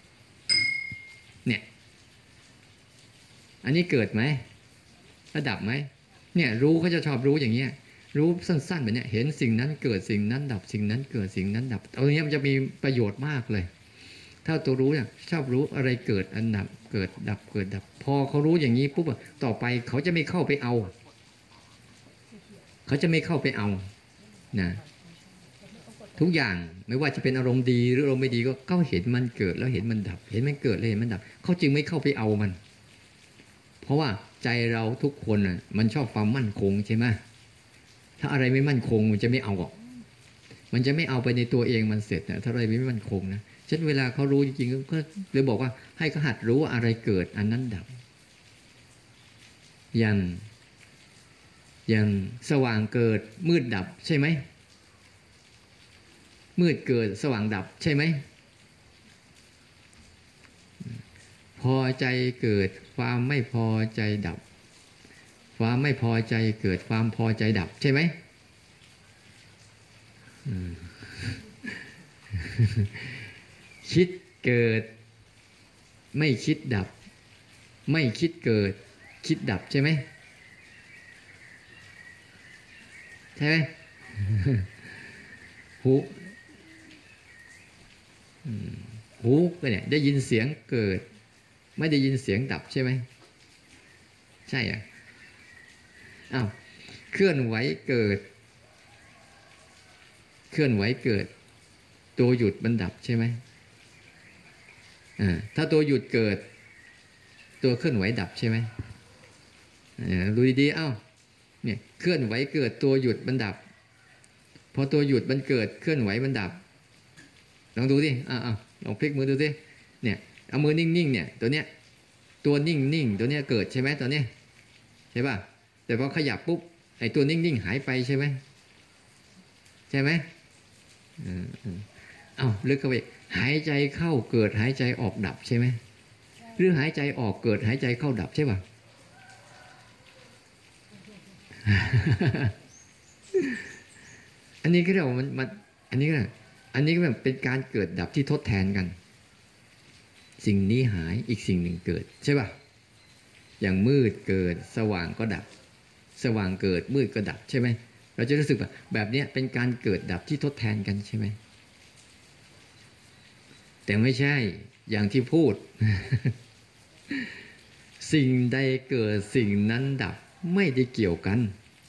เนี่ยอันนี้เกิดไหมแล้วดับไหมเนี่ยรู้เขาจะชอบรู้อย่างเงี้ยรู้สั้นๆแบบเนี้ยเห็นสิ่งนั้นเกิดสิ่งนั้นดับสิ่งนั้นเกิดสิ่งนั้นดับตรงนี้มันจะมีประโยชน์มากเลยถ้าตัวรู้เนี่ยชอบรู้อะไรเกิดอันดับเกิดดับเกิดดับพอเขารู้อย่างนี้ปุ๊บต่อไปเขาจะไม่เข้าไปเอานะทุกอย่างไม่ว่าจะเป็นอารมณ์ดีหรืออารมณ์ไม่ดีก็เขาเห็นมันเกิดแล้วเห็นมันดับเห็นมันเกิดแล้วเห็นมันดับเขาจึงไม่เข้าไปเอามันเพราะว่าใจเราทุกคนอ่ะมันชอบความมั่นคงใช่ไหมถ้าอะไรไม่มั่นคงมันจะไม่เอาหรอกมันจะไม่เอาไปในตัวเองมันเสร็จนะถ้าอะไรไม่มั่นคงนะเช่นเวลาเขารู้จริงๆก็เลยบอกว่าให้เขาหัดรู้ว่าอะไรเกิดอันนั้นดับอย่างสว่างเกิดมืดดับใช่ไหมมืดเกิดสว่างดับใช่ไหมพอใจเกิดความไม่พอใจดับความไม่พอใจเกิดความพอใจดับใช่ไหมคิดเกิดไม่คิดดับไม่คิดเกิดคิดดับใช่ไหมใช่ไหมหูหูก็เนี่ยได้ยินเสียงเกิดไม่ได้ยินเสียงดับใช่ไหมใช่อ่ะอ้าวเคลื่อนไหวเกิดเคลื่อนไหวเกิดตัวหยุดมันดับใช่ไหมถ้าตัวหยุดเกิดตัวเคลื่อนไหวดับใช่ไหมดูดีๆเอ้าเนี่ยเคลื่อนไหวเกิดตัวหยุดมันดับพอตัวหยุดมันเกิดเคลื่อนไหวมันดับลองดูสิลองพลิกมือดูสิเนี่ยเอามือนิ่งๆเนี่ยตัวเนี้ยตัวนิ่งๆตัวเนี้ยเกิดใช่ไหมตัวเนี้ยใช่ป่ะแต่พอขยับปุ๊บไอ้ตัวนิ่งๆหายไปใช่ไหมใช่ไหมลึกเข้าไปหายใจเข้าเกิดหายใจออกดับใช่ไหมหรือหายใจออกเกิดหายใจเข้าดับใช่ป่ะ อันนี้ก็เรียกว่ามันอันนี้ก็แบบเป็นการเกิดดับที่ทดแทนกันสิ่งนี้หายอีกสิ่งหนึ่งเกิดใช่ป่ะอย่างมืดเกิดสว่างก็ดับสว่างเกิดมืดก็ดับใช่ไหมเราจะรู้สึกแบบนี้เป็นการเกิดดับที่ทดแทนกันใช่ไหมแต่ไม่ใช่อย่างที่พูด สิ่งใดเกิดสิ่งนั้นดับไม่ได้เกี่ยวกัน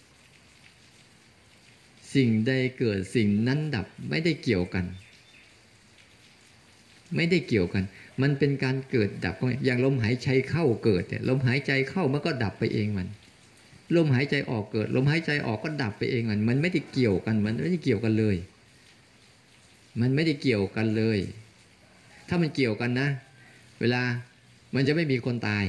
สิ่งใดเกิดสิ่งนั้นดับไม่ได้เกี่ยวกันไม่ได้เกี่ยวกันมันเป็นการเกิดดับอย่างลมหายใจเข้าเกิดเนี่ยลมหายใจเข้ามันก็ดับไปเองมันลมหายใจออกเกิดลมหายใจออกก็ดับไปเองมันไม่ได้เกี่ยวกันมันไม่ได้เกี่ยวกันเลยมันไม่ได้เกี่ยวกันเลยถ้ามันเกี่ยวกันนะเวลามันจะไม่มีคนตาย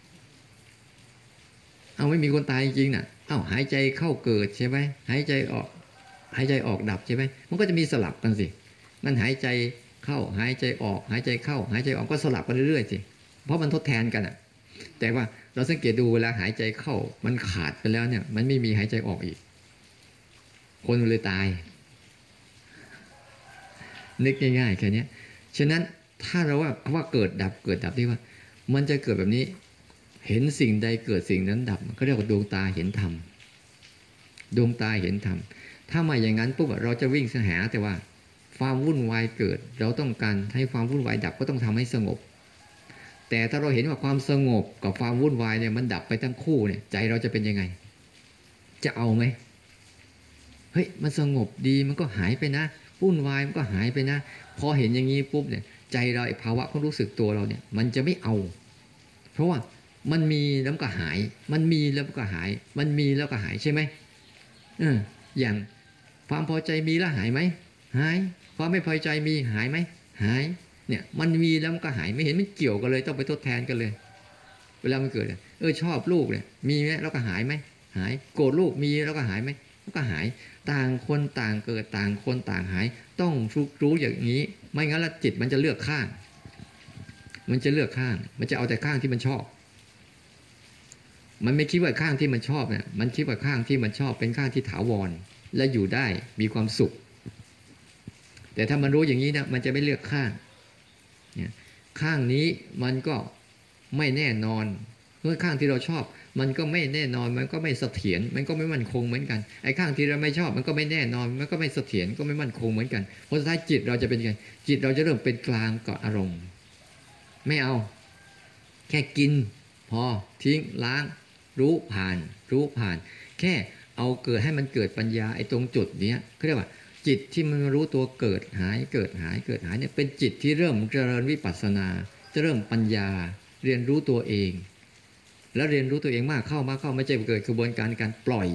ไม่มีคนตายจริงๆน่ะหายใจเข้าเกิดใช่ไหมหายใจออกดับใช่ไหมมันก็จะมีสลับกันสิมันหายใจเข้าหายใจออกหายใจเข้าหายใจออกก็สลับกันเรื่อยๆสิเพราะมันทดแทนกันอ่ะแต่ว่าเราสังเกตดูเวลาหายใจเข้ามันขาดไปแล้วเนี่ยมันไม่มีหายใจออกอีกคนเลยตายนึกง่ายๆแค่นี้ฉะนั้นถ้าเราว่าเกิดดับที่ว่ามันจะเกิดแบบนี้เห็นสิ่งใดเกิดสิ่งนั้นดับเขาเรียกว่าดวงตาเห็นธรรมดวงตาเห็นธรรมถ้าไม่อย่างนั้นปุ๊บเราจะวิ่งหาแต่ว่าความวุ่นวายเกิดเราต้องการให้ความวุ่นวายดับก็ต้องทำให้สงบแต่ถ้าเราเห็นว่าความสงบกับความวุ่นวายเนี่ยมันดับไปทั้งคู่เนี่ยใจเราจะเป็นยังไงจะเอาไหมเฮ้ยมันสงบดีมันก็หายไปนะวุ่นวายมันก็หายไปนะพอเห็นอย่างนี้ปุ๊บเนี่ยใจเราภาวะความรู้สึกตัวเราเนี่ยมันจะไม่เอาเพราะว่ามันมีแล้วก็หายมันมีแล้วก็หายมันมีแล้วก็หายใช่ไหมอย่างความพอใจมีแล้วหายไหมหายความไม่พอใจมีหายไหมหายเนี่ยมันมีแล้วมันก็หายไม่เห็นมันเกี่ยวกันเลยต้องไปทดแทนกันเลยเวลามันเกิดชอบลูกเนี่ยมีแล้วก็หายไหมหายโกรธลูกมีแล้วก็หายไหมมันก็หายต่างคนต่างเกิดต่างคนต่างหายต้องรู้อย่างนี้ไม่งั้นแล้วจิตมันจะเลือกข้างมันจะเลือกข้างมันจะเอาแต่ข้างที่มันชอบมันไม่คิดว่าข้างที่มันชอบเนี่ยมันคิดว่าข้างที่มันชอบเป็นข้างที่ถาวรและอยู่ได้มีความสุขแต่ถ้ามันรู้อย่างนี้นะมันจะไม่เลือกข้างเนี่ยข้างนี้มันก็ไม่แน่นอนเมื่อข้างที่เราชอบมันก็ไม่แน่นอนมันก็ไม่เสถียรมันก็ไม่มั่นคงเหมือนกันไอ้ข้างที่เราไม่ชอบมันก็ไม่แน่นอนมันก็ไม่เสถียรก็ไม่มั่นคงเหมือนกันเพราะสุดท้ายจิตเราจะเป็นยังไงจิตเราจะเริ่มเป็นกลางกับอารมณ์ไม่เอาแค่กินพอทิ้งล้างรู้ผ่านแค่เอาเกิดให้มันเกิดปัญญาไอ้ตรงจุดเนี้ยเขาเรียกว่าจิตที่มันรู้ตัวเกิดหายเนี่ยเป็นจิตที่เริ่มเจริญวิปัสสนาจะเริ่มปัญญาเรียนรู้ตัวเองแล้วเรียนรู้ตัวเองมากเข้ไม่ใช่เกิดกระบวนการการปล่อย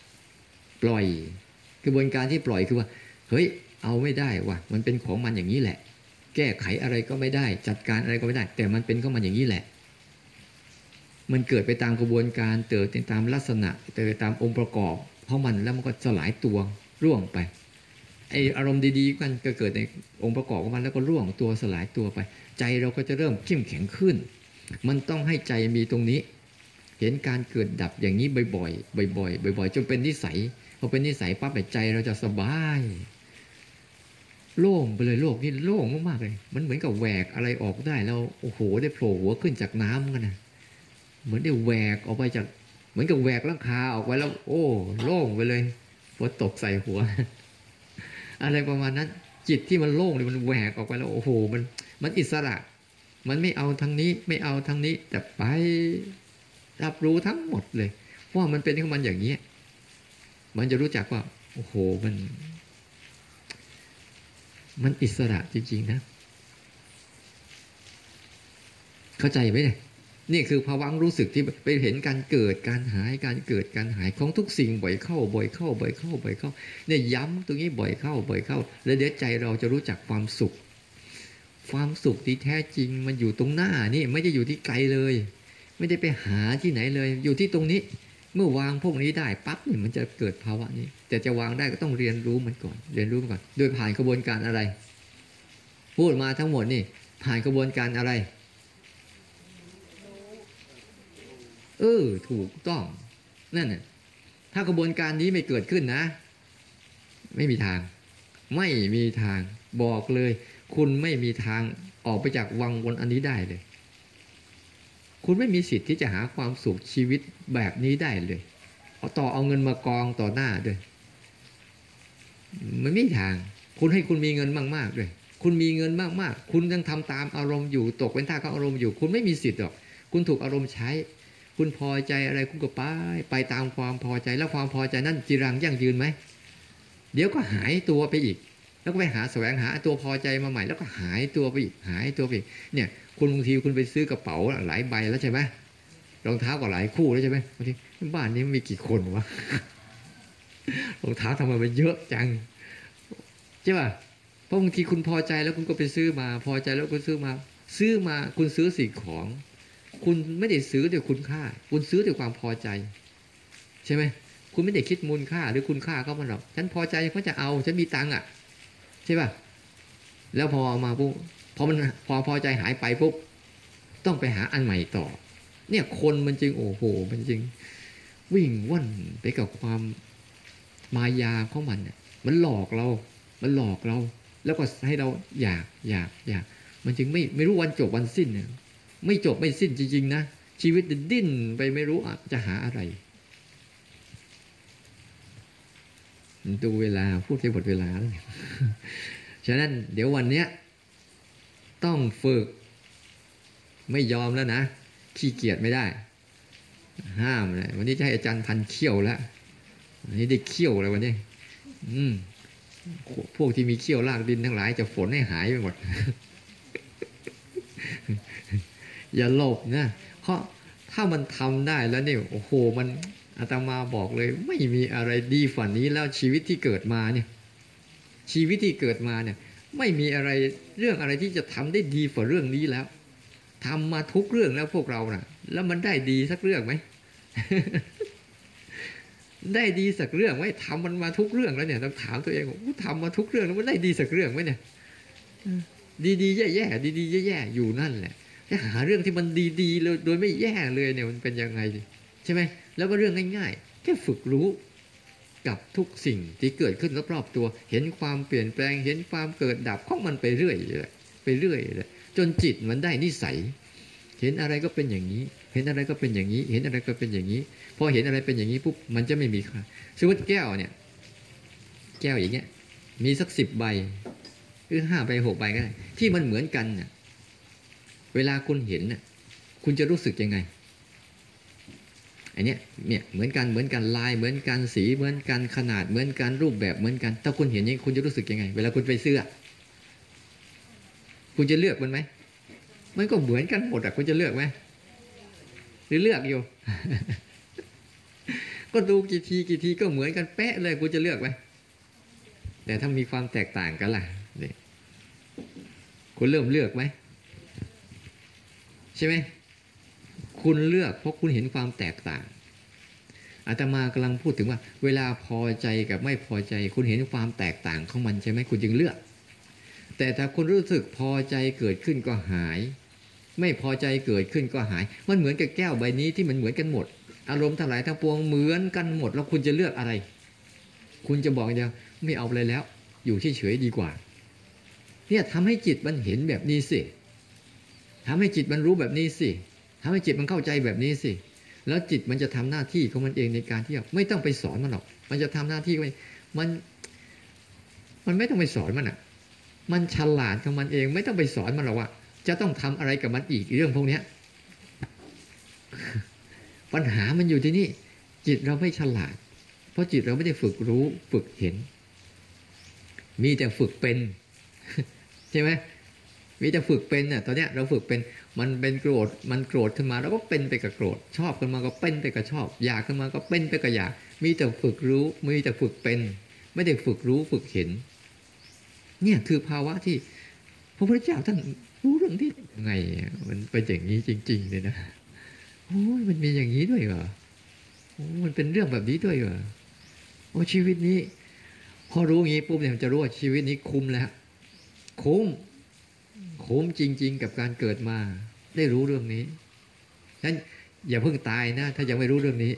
กระบวนการที่ปล่อยคือว่าเฮ้ยเอาไม่ได้ว่ะมันเป็นของมันอย่างนี้แหละแก้ไขอะไรก็ไม่ได้จัดการอะไรก็ไม่ได้แต่มันเป็นของมันอย่างนี้แหละมันเกิดไปตามกระบวนการเติบตามลักษณะเติบตามองค์ประกอบเพราะมันแล้วมันก็สลายตัวร่วงไปไออารมณ์ดีๆกันก็เกิดในองค์ประกอบของมันแล้วก็ร่วงตัวสลายตัวไปใจเราก็จะเริ่มเข้มแข็งขึ้นมันต้องให้ใจมีตรงนี้เห็นการเกิดดับอย่างนี้บ่อยๆบ่อยๆบ่อยๆจนเป็นนิสัยพอเป็นนิสัยปั๊บใจเราจะสบายโล่งไปเลยโลกนี่โล่งมากๆเลยมันเหมือนกับแหวกอะไรออกได้แล้วโอ้โหได้โผล่หัวขึ้นจากน้ำกันนะเหมือนได้แหวกออกไปจากเหมือนกับแหวกหลังคาออกไปแล้วโอ้โล่งไปเลยฝนตกใส่หัว อะไรประมาณนั้นจิตที่มันโล่งเลยมันแหวกออกไปแล้วโอ้โหมันอิสระมันไม่เอาทางนี้ไม่เอาทางนี้แต่ไปรับรู้ทั้งหมดเลยเพราะมันเป็นของมันอย่างนี้มันจะรู้จักว่าโอ้โหมันอิสระจริงๆนะเข้าใจไหมเนี่ยนี่คือภาวะรู้สึกที่ไปเห็นการเกิดการหายการเกิดการหายของทุกสิ่งบ่อยเข้าเนี่ยย้ำตรงนี้บ่อยเข้าแล้วเดี๋ยวใจเราจะรู้จักความสุขที่แท้จริงมันอยู่ตรงหน้านี่ไม่ได้อยู่ที่ไกลเลยไม่ได้ไปหาที่ไหนเลยอยู่ที่ตรงนี้เมื่อวางพวกนี้ได้ปั๊บนี่มันจะเกิดภาวะนี้แต่จะวางได้ก็ต้องเรียนรู้มันก่อนโดยผ่านกระบวนการอะไรพูดมาทั้งหมดนี่ผ่านกระบวนการอะไรถูกต้องนั่นน่ะถ้ากระบวนการนี้ไม่เกิดขึ้นนะไม่มีทางบอกเลยคุณไม่มีทางออกไปจากวังวนอันนี้ได้เลยคุณไม่มีสิทธิ์ที่จะหาความสุขชีวิตแบบนี้ได้เลยเอาเงินมากองต่อหน้าด้วยมันไม่มีทางคุณให้คุณมีเงินมากๆด้วยคุณมีเงินมากๆคุณยังทำตามอารมณ์อยู่ตกเป็นทาสของอารมณ์อยู่คุณไม่มีสิทธิ์หรอกคุณถูกอารมณ์ใช้คุณพอใจอะไรคุณก็ไปตามความพอใจแล้วความพอใจนั้นจีรังยั่งยืนไหมเดี๋ยวก็หายตัวไปอีกแล้วก็ไปแสวงหาตัวพอใจมาใหม่แล้วก็หายตัวไปอีกเนี่ยคุณบางทีคุณไปซื้อกระเป๋าหลายใบแล้วใช่ไหมรองเท้าก็หลายคู่แล้วใช่ไหมบางทีบ้านนี้มีกี่คนวะ รองเท้าทำไมมันเยอะจังใช่ป่ะเพราะบางทีคุณพอใจแล้วคุณก็ไปซื้อมาพอใจแล้วคุณซื้อมาคุณซื้อสิ่งของคุณไม่ได้ซื้อด้วยคุณค่าคุณซื้อด้วยความพอใจใช่ไหมคุณไม่ได้คิดมูลค่าหรือคุณค่าเขามันหรอกฉันพอใจเขาจะเอาฉันมีตังค์อ่ะใช่ป่ะแล้วพอมาปุ๊บพอใจหายไปปุ๊บต้องไปหาอันใหม่ต่อเนี่ยคนมันจึงโอ้โหมันจึงวิ่งว่อนไปกับความมายาของมันเนี่ยมันหลอกเราแล้วก็ให้เราอยากมันจึงไม่รู้วันจบวันสิ้นเนี่ยไม่จบไม่สิ้นจริงๆนะชีวิตดิ้นไปไม่รู้จะหาอะไรดูเวลาพูดให้หมดเวลาแล้วฉะนั้นเดี๋ยววันเนี้ยต้องฝึกไม่ยอมแล้วนะขี้เกียจไม่ได้ห้ามเลยวันนี้จะให้อาจารย์พันเขี้ยวแล้ววันนี้ได้เขี้ยวแล้ววันนี้พวกที่มีเขี้ยวลากดินทั้งหลายจะฝนให้หายไปหมด อย่าหลบนะเพราะถ้ามันทำได้แล้วเนี่ยโอ้โหมันอาตมาบอกเลยไม่มีอะไรดีฝันนี้แล้วชีวิตที่เกิดมาเนี่ยไม่มีอะไรเรื่องอะไรที่จะทำได้ดีกว่าเรื่องนี้แล้วทำมาทุกเรื่องแล้วพวกเราน่ะแล้วมันได้ดีสักเรื่องไหม ได้ดีสักเรื่องไหมทำมันมาทุกเรื่องแล้วเนี่ยต้องถามตัวเองว่าทำมาทุกเรื่องแล้วมันได้ดีสักเรื่องไหมเนี่ยดีๆแย่ๆดีๆแย่ๆอยู่นั่นแหละจะหาเรื่องที่มันดีๆเลยโดยไม่แย่เลยเนี่ยมันเป็นยังไงใช่ไหมแล้วก็เรื่องง่ายๆแค่ฝึกรู้กับทุกสิ่งที่เกิดขึ้นรอบๆตัวเห็นความเปลี่ยนแปลงเห็นความเกิดดับของมันไปเรื่อยเลยจนจิตมันได้นิสัยเห็นอะไรก็เป็นอย่างนี้เห็นอะไรก็เป็นอย่างนี้เห็นอะไรก็เป็นอย่างนี้พอเห็นอะไรเป็นอย่างนี้ปุ๊บมันจะไม่มีค่าสมมติแก้วเนี่ยแก้วอย่างเงี้ยมีสัก10 ใบหรือ5 ใบ 6 ใบก็ได้ที่มันเหมือนกันน่ะเวลาคุณเห็นน่ะคุณจะรู้สึกยังไงอันเนี้ยเนี่ยเหมือนกันลายเหมือนกันสีเหมือนกันขนาดเหมือนกันรูปแบบเหมือนกันถ้าคุณเห็นอย่างนี้คุณจะรู้สึกยังไงเวลาคุณไปซื้อคุณจะเลือกมันไหมมันก็เหมือนกันหมดอ่ะคุณจะเลือกไหมหรือเลือกอยู่ ก็ดูกี่ทีก็เหมือนกันเป๊ะเลยกูจะเลือกไหมแต่ถ้ามีความแตกต่างกันล่ะเนี่ยคุณเริ่มเลือกไหมใช่ไหมคุณเลือกเพราะคุณเห็นความแตกต่างอาตมากำลังพูดถึงว่าเวลาพอใจกับไม่พอใจคุณเห็นความแตกต่างของมันใช่ไหมคุณจึงเลือกแต่ถ้าคุณรู้สึกพอใจเกิดขึ้นก็หายไม่พอใจเกิดขึ้นก็หายมันเหมือนกับแก้วใบนี้ที่มันเหมือนกันหมดอารมณ์ทั้งหลายทั้งปวงเหมือนกันหมดแล้วคุณจะเลือกอะไรคุณจะบอกอย่างเดียวไม่เอาอะไรแล้วอยู่เฉยๆดีกว่าเนี่ยทำให้จิตมันเห็นแบบนี้สิทำให้จิตมันรู้แบบนี้สิทำให้จิตมันเข้าใจแบบนี้สิแล้วจิตมันจะทำหน้าที่ของมันเองในการที่ไม่ต้องไปสอนมันหรอกมันจะทำหน้าที่มันไม่ต้องไปสอนมันอ่ะมันฉลาดของมันเองไม่ต้องไปสอนมันหรอกว่าจะต้องทำอะไรกับมันอีกเรื่องพวกนี้ปัญหามันอยู่ที่นี่จิตเราไม่ฉลาดเพราะจิตเราไม่ได้ฝึกรู้ฝึกเห็นมีแต่ฝึกเป็นใช่ไหมมีแต่ฝึกเป็นน่ะตอนเนี้ยเราฝึกเป็นมันเป็นโกรธมันโกรธขึ้นมาเราก็เป็นไปกับโกรธชอบขึ้นมาก็เป็นไปกับชอบอยากขึ้นมาก็เป็นไปกับอยากมีแต่ฝึกรู้มีแต่ฝึกเป็นไม่ได้ฝึกรู้ฝึกเห็นเนี่ยคือภาวะที่พระพุทธเจ้าท่านรู้เรื่องที่ไงมันเป็นอย่างนี้จริงๆเลยนะโอ้ยมันมีอย่างนี้ด้วยเหรอโอ้มันเป็นเรื่องแบบนี้ด้วยเหรอโอ้ชีวิตนี้พอรู้อย่างนี้ปุ๊บเนี่ยมันจะรู้ว่าชีวิตนี้คุ้มแล้วคุ้มจริงๆกับการเกิดมาได้รู้เรื่องนี้ฉะนั้นอย่าเพิ่งตายนะถ้ายังไม่รู้เรื่องนี้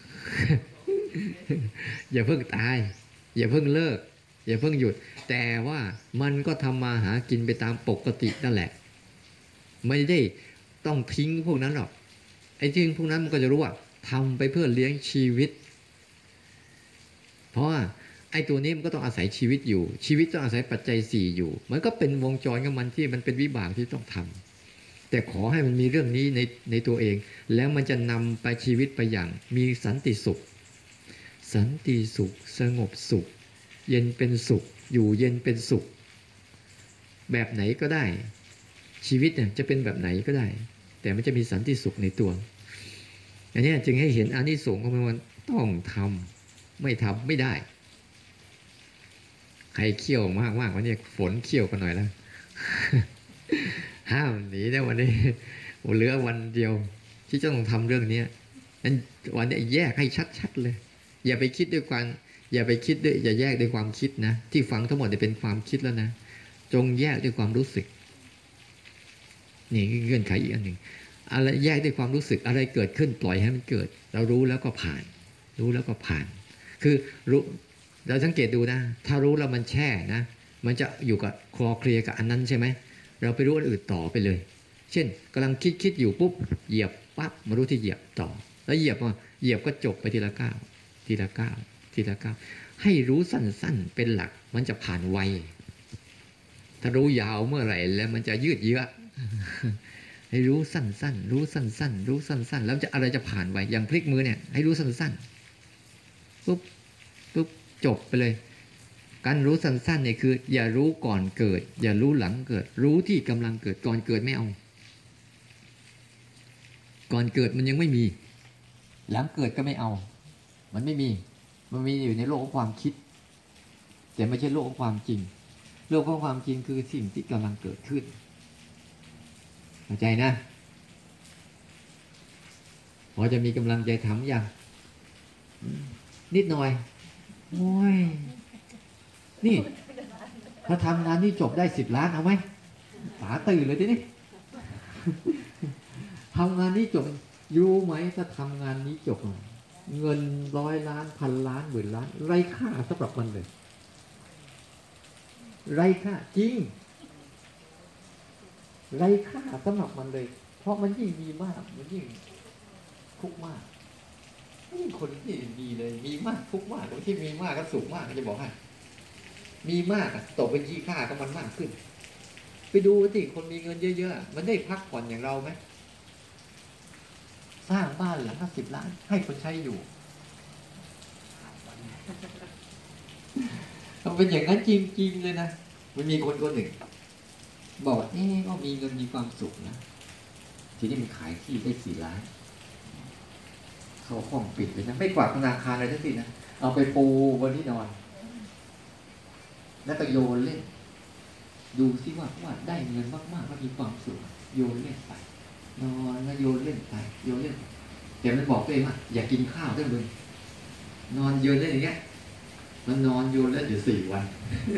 อย่าเพิ่งตายอย่าเพิ่งเลิกอย่าเพิ่งหยุดแต่ว่ามันก็ทำมาหากินไปตามปกตินั่นแหละไม่ได้ต้องทิ้งพวกนั้นหรอกไอ้ทิ้งพวกนั้นมันก็จะรู้ว่าทำไปเพื่อเลี้ยงชีวิตเพราะว่าไอ้ตัวนี้มันก็ต้องอาศัยชีวิตอยู่ชีวิตต้องอาศัยปัจจัย4อยู่มันก็เป็นวงจรของมันที่มันเป็นวิบากที่ต้องทำแต่ขอให้มันมีเรื่องนี้ในตัวเองแล้วมันจะนำไปชีวิตไปอย่างมีสันติสุขสันติสุขสงบสุขเย็นเป็นสุขอยู่เย็นเป็นสุขแบบไหนก็ได้ชีวิตเนี่ยจะเป็นแบบไหนก็ได้แต่มันจะมีสันติสุขในตัวอันนี้จึงให้เห็นอานิสงส์ของมันต้องทำไม่ทำไม่ได้ใครเคี่ยวมากวันนี้ฝนเคี่ยวกันหน่อยแล้ว ห้ามหนีได้วันนี้เหลือวันเดียวที่จะต้องทำเรื่องนี้นั้นวันนี้แยกให้ชัดๆเลยอย่าไปคิดด้วยความอย่าไปคิดด้วยอย่าแยกด้วยความคิดนะที่ฟังทั้งหมดจะเป็นความคิดแล้วนะจงแยกด้วยความรู้สึกนี่คือเงื่อนไขอีกอันหนึ่งอะไรแยกด้วยความรู้สึกอะไรเกิดขึ้นปล่อยให้มันเกิดเรารู้แล้วก็ผ่านรู้แล้วก็ผ่านคือรู้เราสังเกตดูนะถ้ารู้แล้วมันแช่นะมันจะอยู่กับคลอเคลียกับอันนั้นใช่ไหมเราไปรู้อันอื่นต่อไปเลยเช่นกำลังคิดอยู่ปุ๊บเหยียบปั๊บมารู้ที่เหยียบต่อแล้วเหยียบก็จบไปทีละก้าวทีละก้าวทีละก้าวให้รู้สั้นๆเป็นหลักมันจะผ่านไวถ้ารู้ยาวเมื่อไหร่แล้วมันจะยืดเยื้อให้รู้สั้นๆรู้สั้นๆรู้สั้นๆแล้วจะอะไรจะผ่านไวอย่างพลิกมือเนี่ยให้รู้สั้นๆปุ๊บจบไปเลยการรู้สั้นๆเนี่ยคืออย่ารู้ก่อนเกิดอย่ารู้หลังเกิดรู้ที่กำลังเกิดก่อนเกิดไม่เอาก่อนเกิดมันยังไม่มีหลังเกิดก็ไม่เอามันไม่มีมันมีอยู่ในโลกของความคิดแต่ไม่ใช่โลกของความจริงโลกของความจริงคือสิ่งที่กำลังเกิดขึ้นเข้าใจนะพอจะมีกำลังใจทำอย่างนิดหน่อยโอ้ยนี่ถ้าทำงานนี้จบได้10 ล้านเอาไหมตาตื่นเลยทีนี้ ทำงานนี้จบรู้ไหมถ้าทำงานนี้จบเงิน100 ล้าน1,000 ล้าน10,000 ล้านไร้ค่าสำหรับมันเลยไร้ค่าจริงไร้ค่าสำหรับมันเลยเพราะมันยิ่งมีมากมันยิ่งทุกข์มากยิ่งคนที่มีเลยมีมากทุกข์มากคนที่มีมากก็สุขมากจะบอกให้มีมากตกเป็นขี้ข้าก็มันมากขึ้นไปดูสิคนมีเงินเยอะๆมันได้พักผ่อนอย่างเราไหมสร้างบ้านหลังละ10 ล้านให้คนใช้อยู่มันเป็นอย่างนั้นจริงๆเลยนะมันมีคนหนึ่งบอกว่าก็มีเงินมีความสุขนะทีนี้มันขายที่ได้4 ล้านเข้าห้องปิดเลยนะไม่กวาดธนาคารอะไรทั้งสิ้นนะเอาไปปูบนที่นอน แล้วก็โยนเล่นดูซิว่าได้เงินมากๆก็มีความสุขโยนเล่นไปนอนแล้วโยนเล่นไปโยนเล่นแต่มันบอกตัวเองว่าอย่ากินข้าวด้วยเลยนอนโยนเล่นอย่างเงี้ยมันนอนโยนเล่นอยู่4 วัน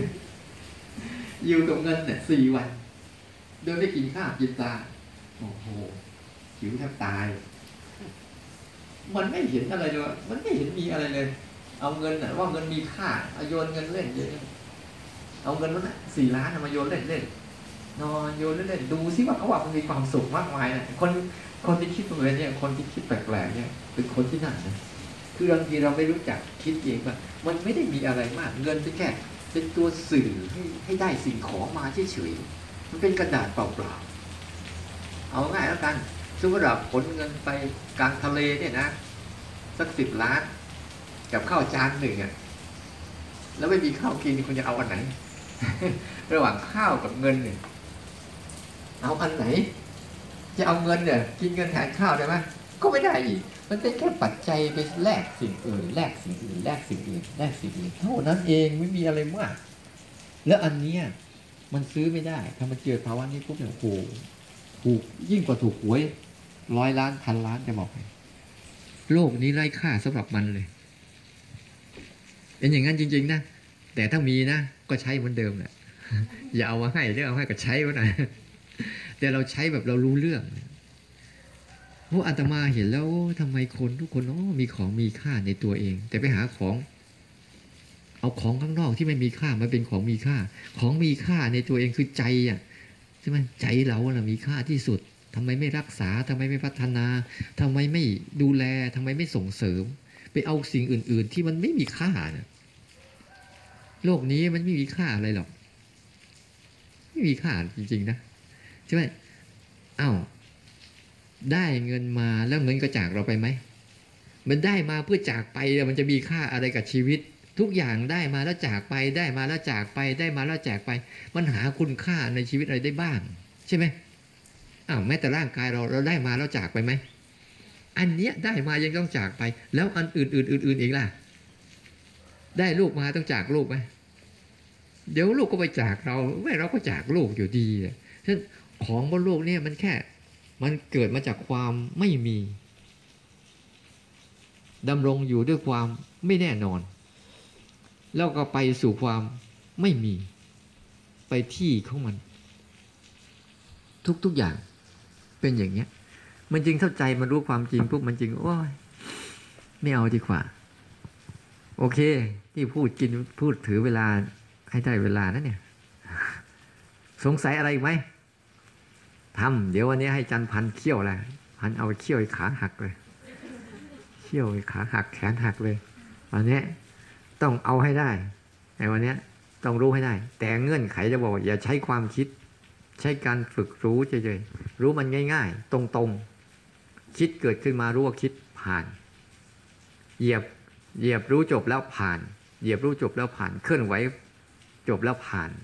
อยู่กับเงินเนี่ย4 วันโดยไม่กินข้าวกินปลาโอ้โหหิวแทบตายมันไม่เห็นอะไรเลยมันไม่เห็นมีอะไรเลยเอาเงินน่ะว่าเงินมีค่าเอาโยนเงินเล่นเยอะเอาเงินนั้น4 ล้านมาโยนเล่นเล่นนอนโยนเล่นดูซิว่าเขาว่ามันมีความสุขมากมายนะคนที่คิดแบบนี้คนที่คิดแปลกๆเนี่ยเป็นคนที่นั่นนะคือบางทีเราไม่รู้จักคิดเองว่ามันไม่ได้มีอะไรมากเงินแค่เป็นตัวสื่อให้ได้สิ่งของมาเฉยๆมันเป็นกระดาษเปล่าๆเอาง่ายแล้วกันสมมติเราขนเงินไปกลางทะเลเนี่ยนะสัก10 ล้านกับข้าวจานหนึ่งอ่ะแล้วไม่มีข้าวกินคุณจะเอาอันไหน ระหว่างข้าวกับเงินเนี่ยเอาอันไหนจะเอาเงินเนี่ยกินเงินแทนข้าวได้ไหมก็ไม่ได้อีกมันเป็นแค่ปัจจัยไปแลกสิ่งอื่นแลกสิ่งอื่นแลกสิ่งอื่นแลกสิ่งอื่นเท่านั้นเองไม่มีอะไรมากแล้วอันเนี้ยมันซื้อไม่ได้ถ้ามันเจอภาวะนี้ปุ๊บเนี่ยโอ้โหถูกยิ่งกว่าถูกหวย100 ล้านพันล้านจะบอกให้โลกนี้ไร้ค่าสำหรับมันเลยเป็นอย่างนั้นจริงๆนะแต่ถ้ามีนะก็ใช้เหมือนเดิมแหละอย่าเอามาให้หรือเอาให้ก็ใช้ไว้หน่อยแต่เราใช้แบบเรารู้เรื่องเพราะอาตมาเห็นแล้วทำไมคนทุกคนมีของมีค่าในตัวเองแต่ไปหาของเอาของข้างนอกที่ไม่มีค่ามาเป็นของมีค่าของมีค่าในตัวเองคือใจอ่ะใช่ไหมใจเราน่ะมีค่าที่สุดทำไมไม่รักษาทำไมไม่พัฒนาทำไมไม่ดูแลทำไมไม่ส่งเสริมไปเอาสิ่งอื่นๆที่มันไม่มีค่านะโลกนี้มันไม่มีค่าอะไรหรอกไม่มีค่าจริงๆนะใช่ไหมอ้าวได้เงินมาแล้วเงินก็จากเราไปไหมมันได้มาเพื่อจากไปมันจะมีค่าอะไรกับชีวิตทุกอย่างได้มาแล้วจากไปได้มาแล้วจากไปได้มาแล้วจากไปมันหาคุณค่าในชีวิตอะไรได้บ้างใช่ไหมอ้าวแม้แต่ร่างกายเราได้มาแล้วจากไปไหมอันเนี้ยได้มายังต้องจากไปแล้วอันอื่นอีกล่ะได้ลูกมาต้องจากลูกไหมเดี๋ยวลูกก็ไปจากเราไม่เราก็จากลูกอยู่ดีฉะนั้นของบนโลกเนี่ยมันแค่มันเกิดมาจากความไม่มีดำรงอยู่ด้วยความไม่แน่นอนแล้วก็ไปสู่ความไม่มีไปที่ของมันทุกอย่างเป็นอย่างเงี้ยมันจริงเข้าใจมันรู้ความจริงปุ๊บมันจริงโอ้ยไม่เอาดีกว่าโอเคที่พูดถือเวลาให้ได้เวลานะเนี่ยสงสัยอะไรอีกไหมทำเดี๋ยววันนี้ให้จันพันเขี้ยวแหละพันเอาเขี้ยวขาหักเลยเขี้ยวขาหักแขนหักเลยวันนี้ต้องเอาให้ได้ในวันนี้ต้องรู้ให้ได้แต่เงื่อนไขจะบอกอย่าใช้ความคิดใช้การฝึกรู้เฉยๆรู้มันง่ายๆตรงๆคิดเกิดขึ้นมารู้ว่าคิดผ่านเหยียบรู้จบแล้วผ่านเหยียบรู้จบแล้วผ่านเคลื่อนไหวจบแล้วผ่าน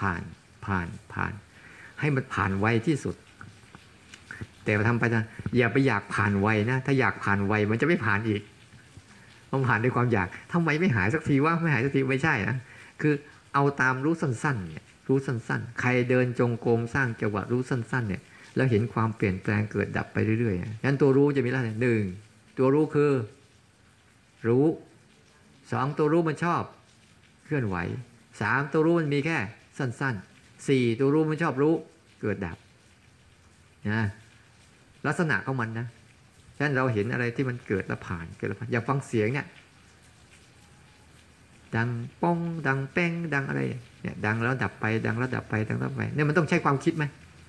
ให้มันผ่านไวที่สุดแต่ทำไปนะอย่าไปอยากผ่านไวนะถ้าอยากผ่านไวมันจะไม่ผ่านอีกมันผ่านด้วยความอยากทำไมไม่หายสักทีว่าไม่หายสักทีไม่ใช่นะคือเอาตามรู้สั้นๆเนี่ยรู้สั้นๆใครเดินจงกรมสร้างจังหวะรู้สั้นๆเนี่ยแล้วเห็นความเปลี่ยนแปลงเกิดดับไปเรื่อยๆงั้นตัวรู้จะมีอะไรหนึ่งตัวรู้คือรู้2ตัวรู้มันชอบเคลื่อนไหว3ตัวรู้มันมีแค่สั้นๆ4ตัวรู้มันชอบรู้เกิดดับนะลักษณะของมันนะฉะนั้นเราเห็นอะไรที่มันเกิดแล้วผ่านอย่าฟังเสียงเนี่ยดังป้องดังแป้งดังอะไรเนี่ยดังแล้วดับไปดังแล้วดับไปดังแล้วดับไปเนี่ยมันต้องใช้ความคิดไหม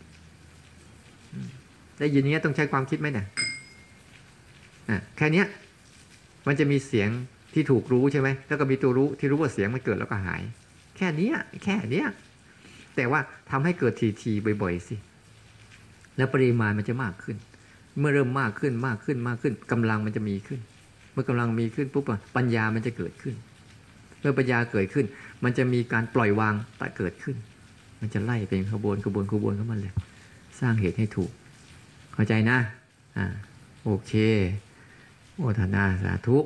ได้ยินนี้ต้องใช้ความคิดไหมเนี่ยแค่นี้มันจะมีเสียงที่ถูกรู้ใช่ไหมแล้วก็มีตัวรู้ที่รู้ว่าเสียงมันเกิดแล้วก็หายแค่นี้แต่ว่าทำให้เกิดทีบ่อยๆสิแล้วปริมาณมันจะมากขึ้นเมื่อเริ่มมากขึ้นกำลังมันจะมีขึ้นเมื่อกำลังมีขึ้นปุ๊บปัญญามันจะเกิดขึ้นเมื่อปัญญาเกิดขึ้นมันจะมีการปล่อยวางเกิดขึ้นมันจะไล่เป็นขบวนของมันเลยสร้างเหตุให้ถูกเข้าใจนะโอเคโมทนาสาธุ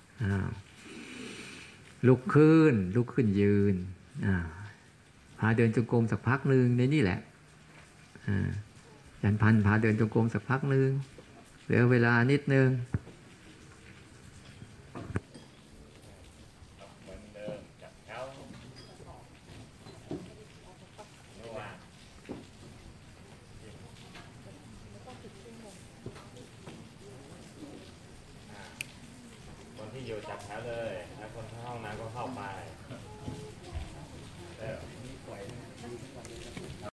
ลุกขึ้นยืนพาเดินจงกรมสักพักหนึ่งในนี่แหละอาจารย์พันธ์พาเดินจงกรมสักพักหนึ่งเหลือเวลานิดนึง
คนที่อยู่จับแถวเลยแล้วคนเข้าห้องน้ำก็เข้าไป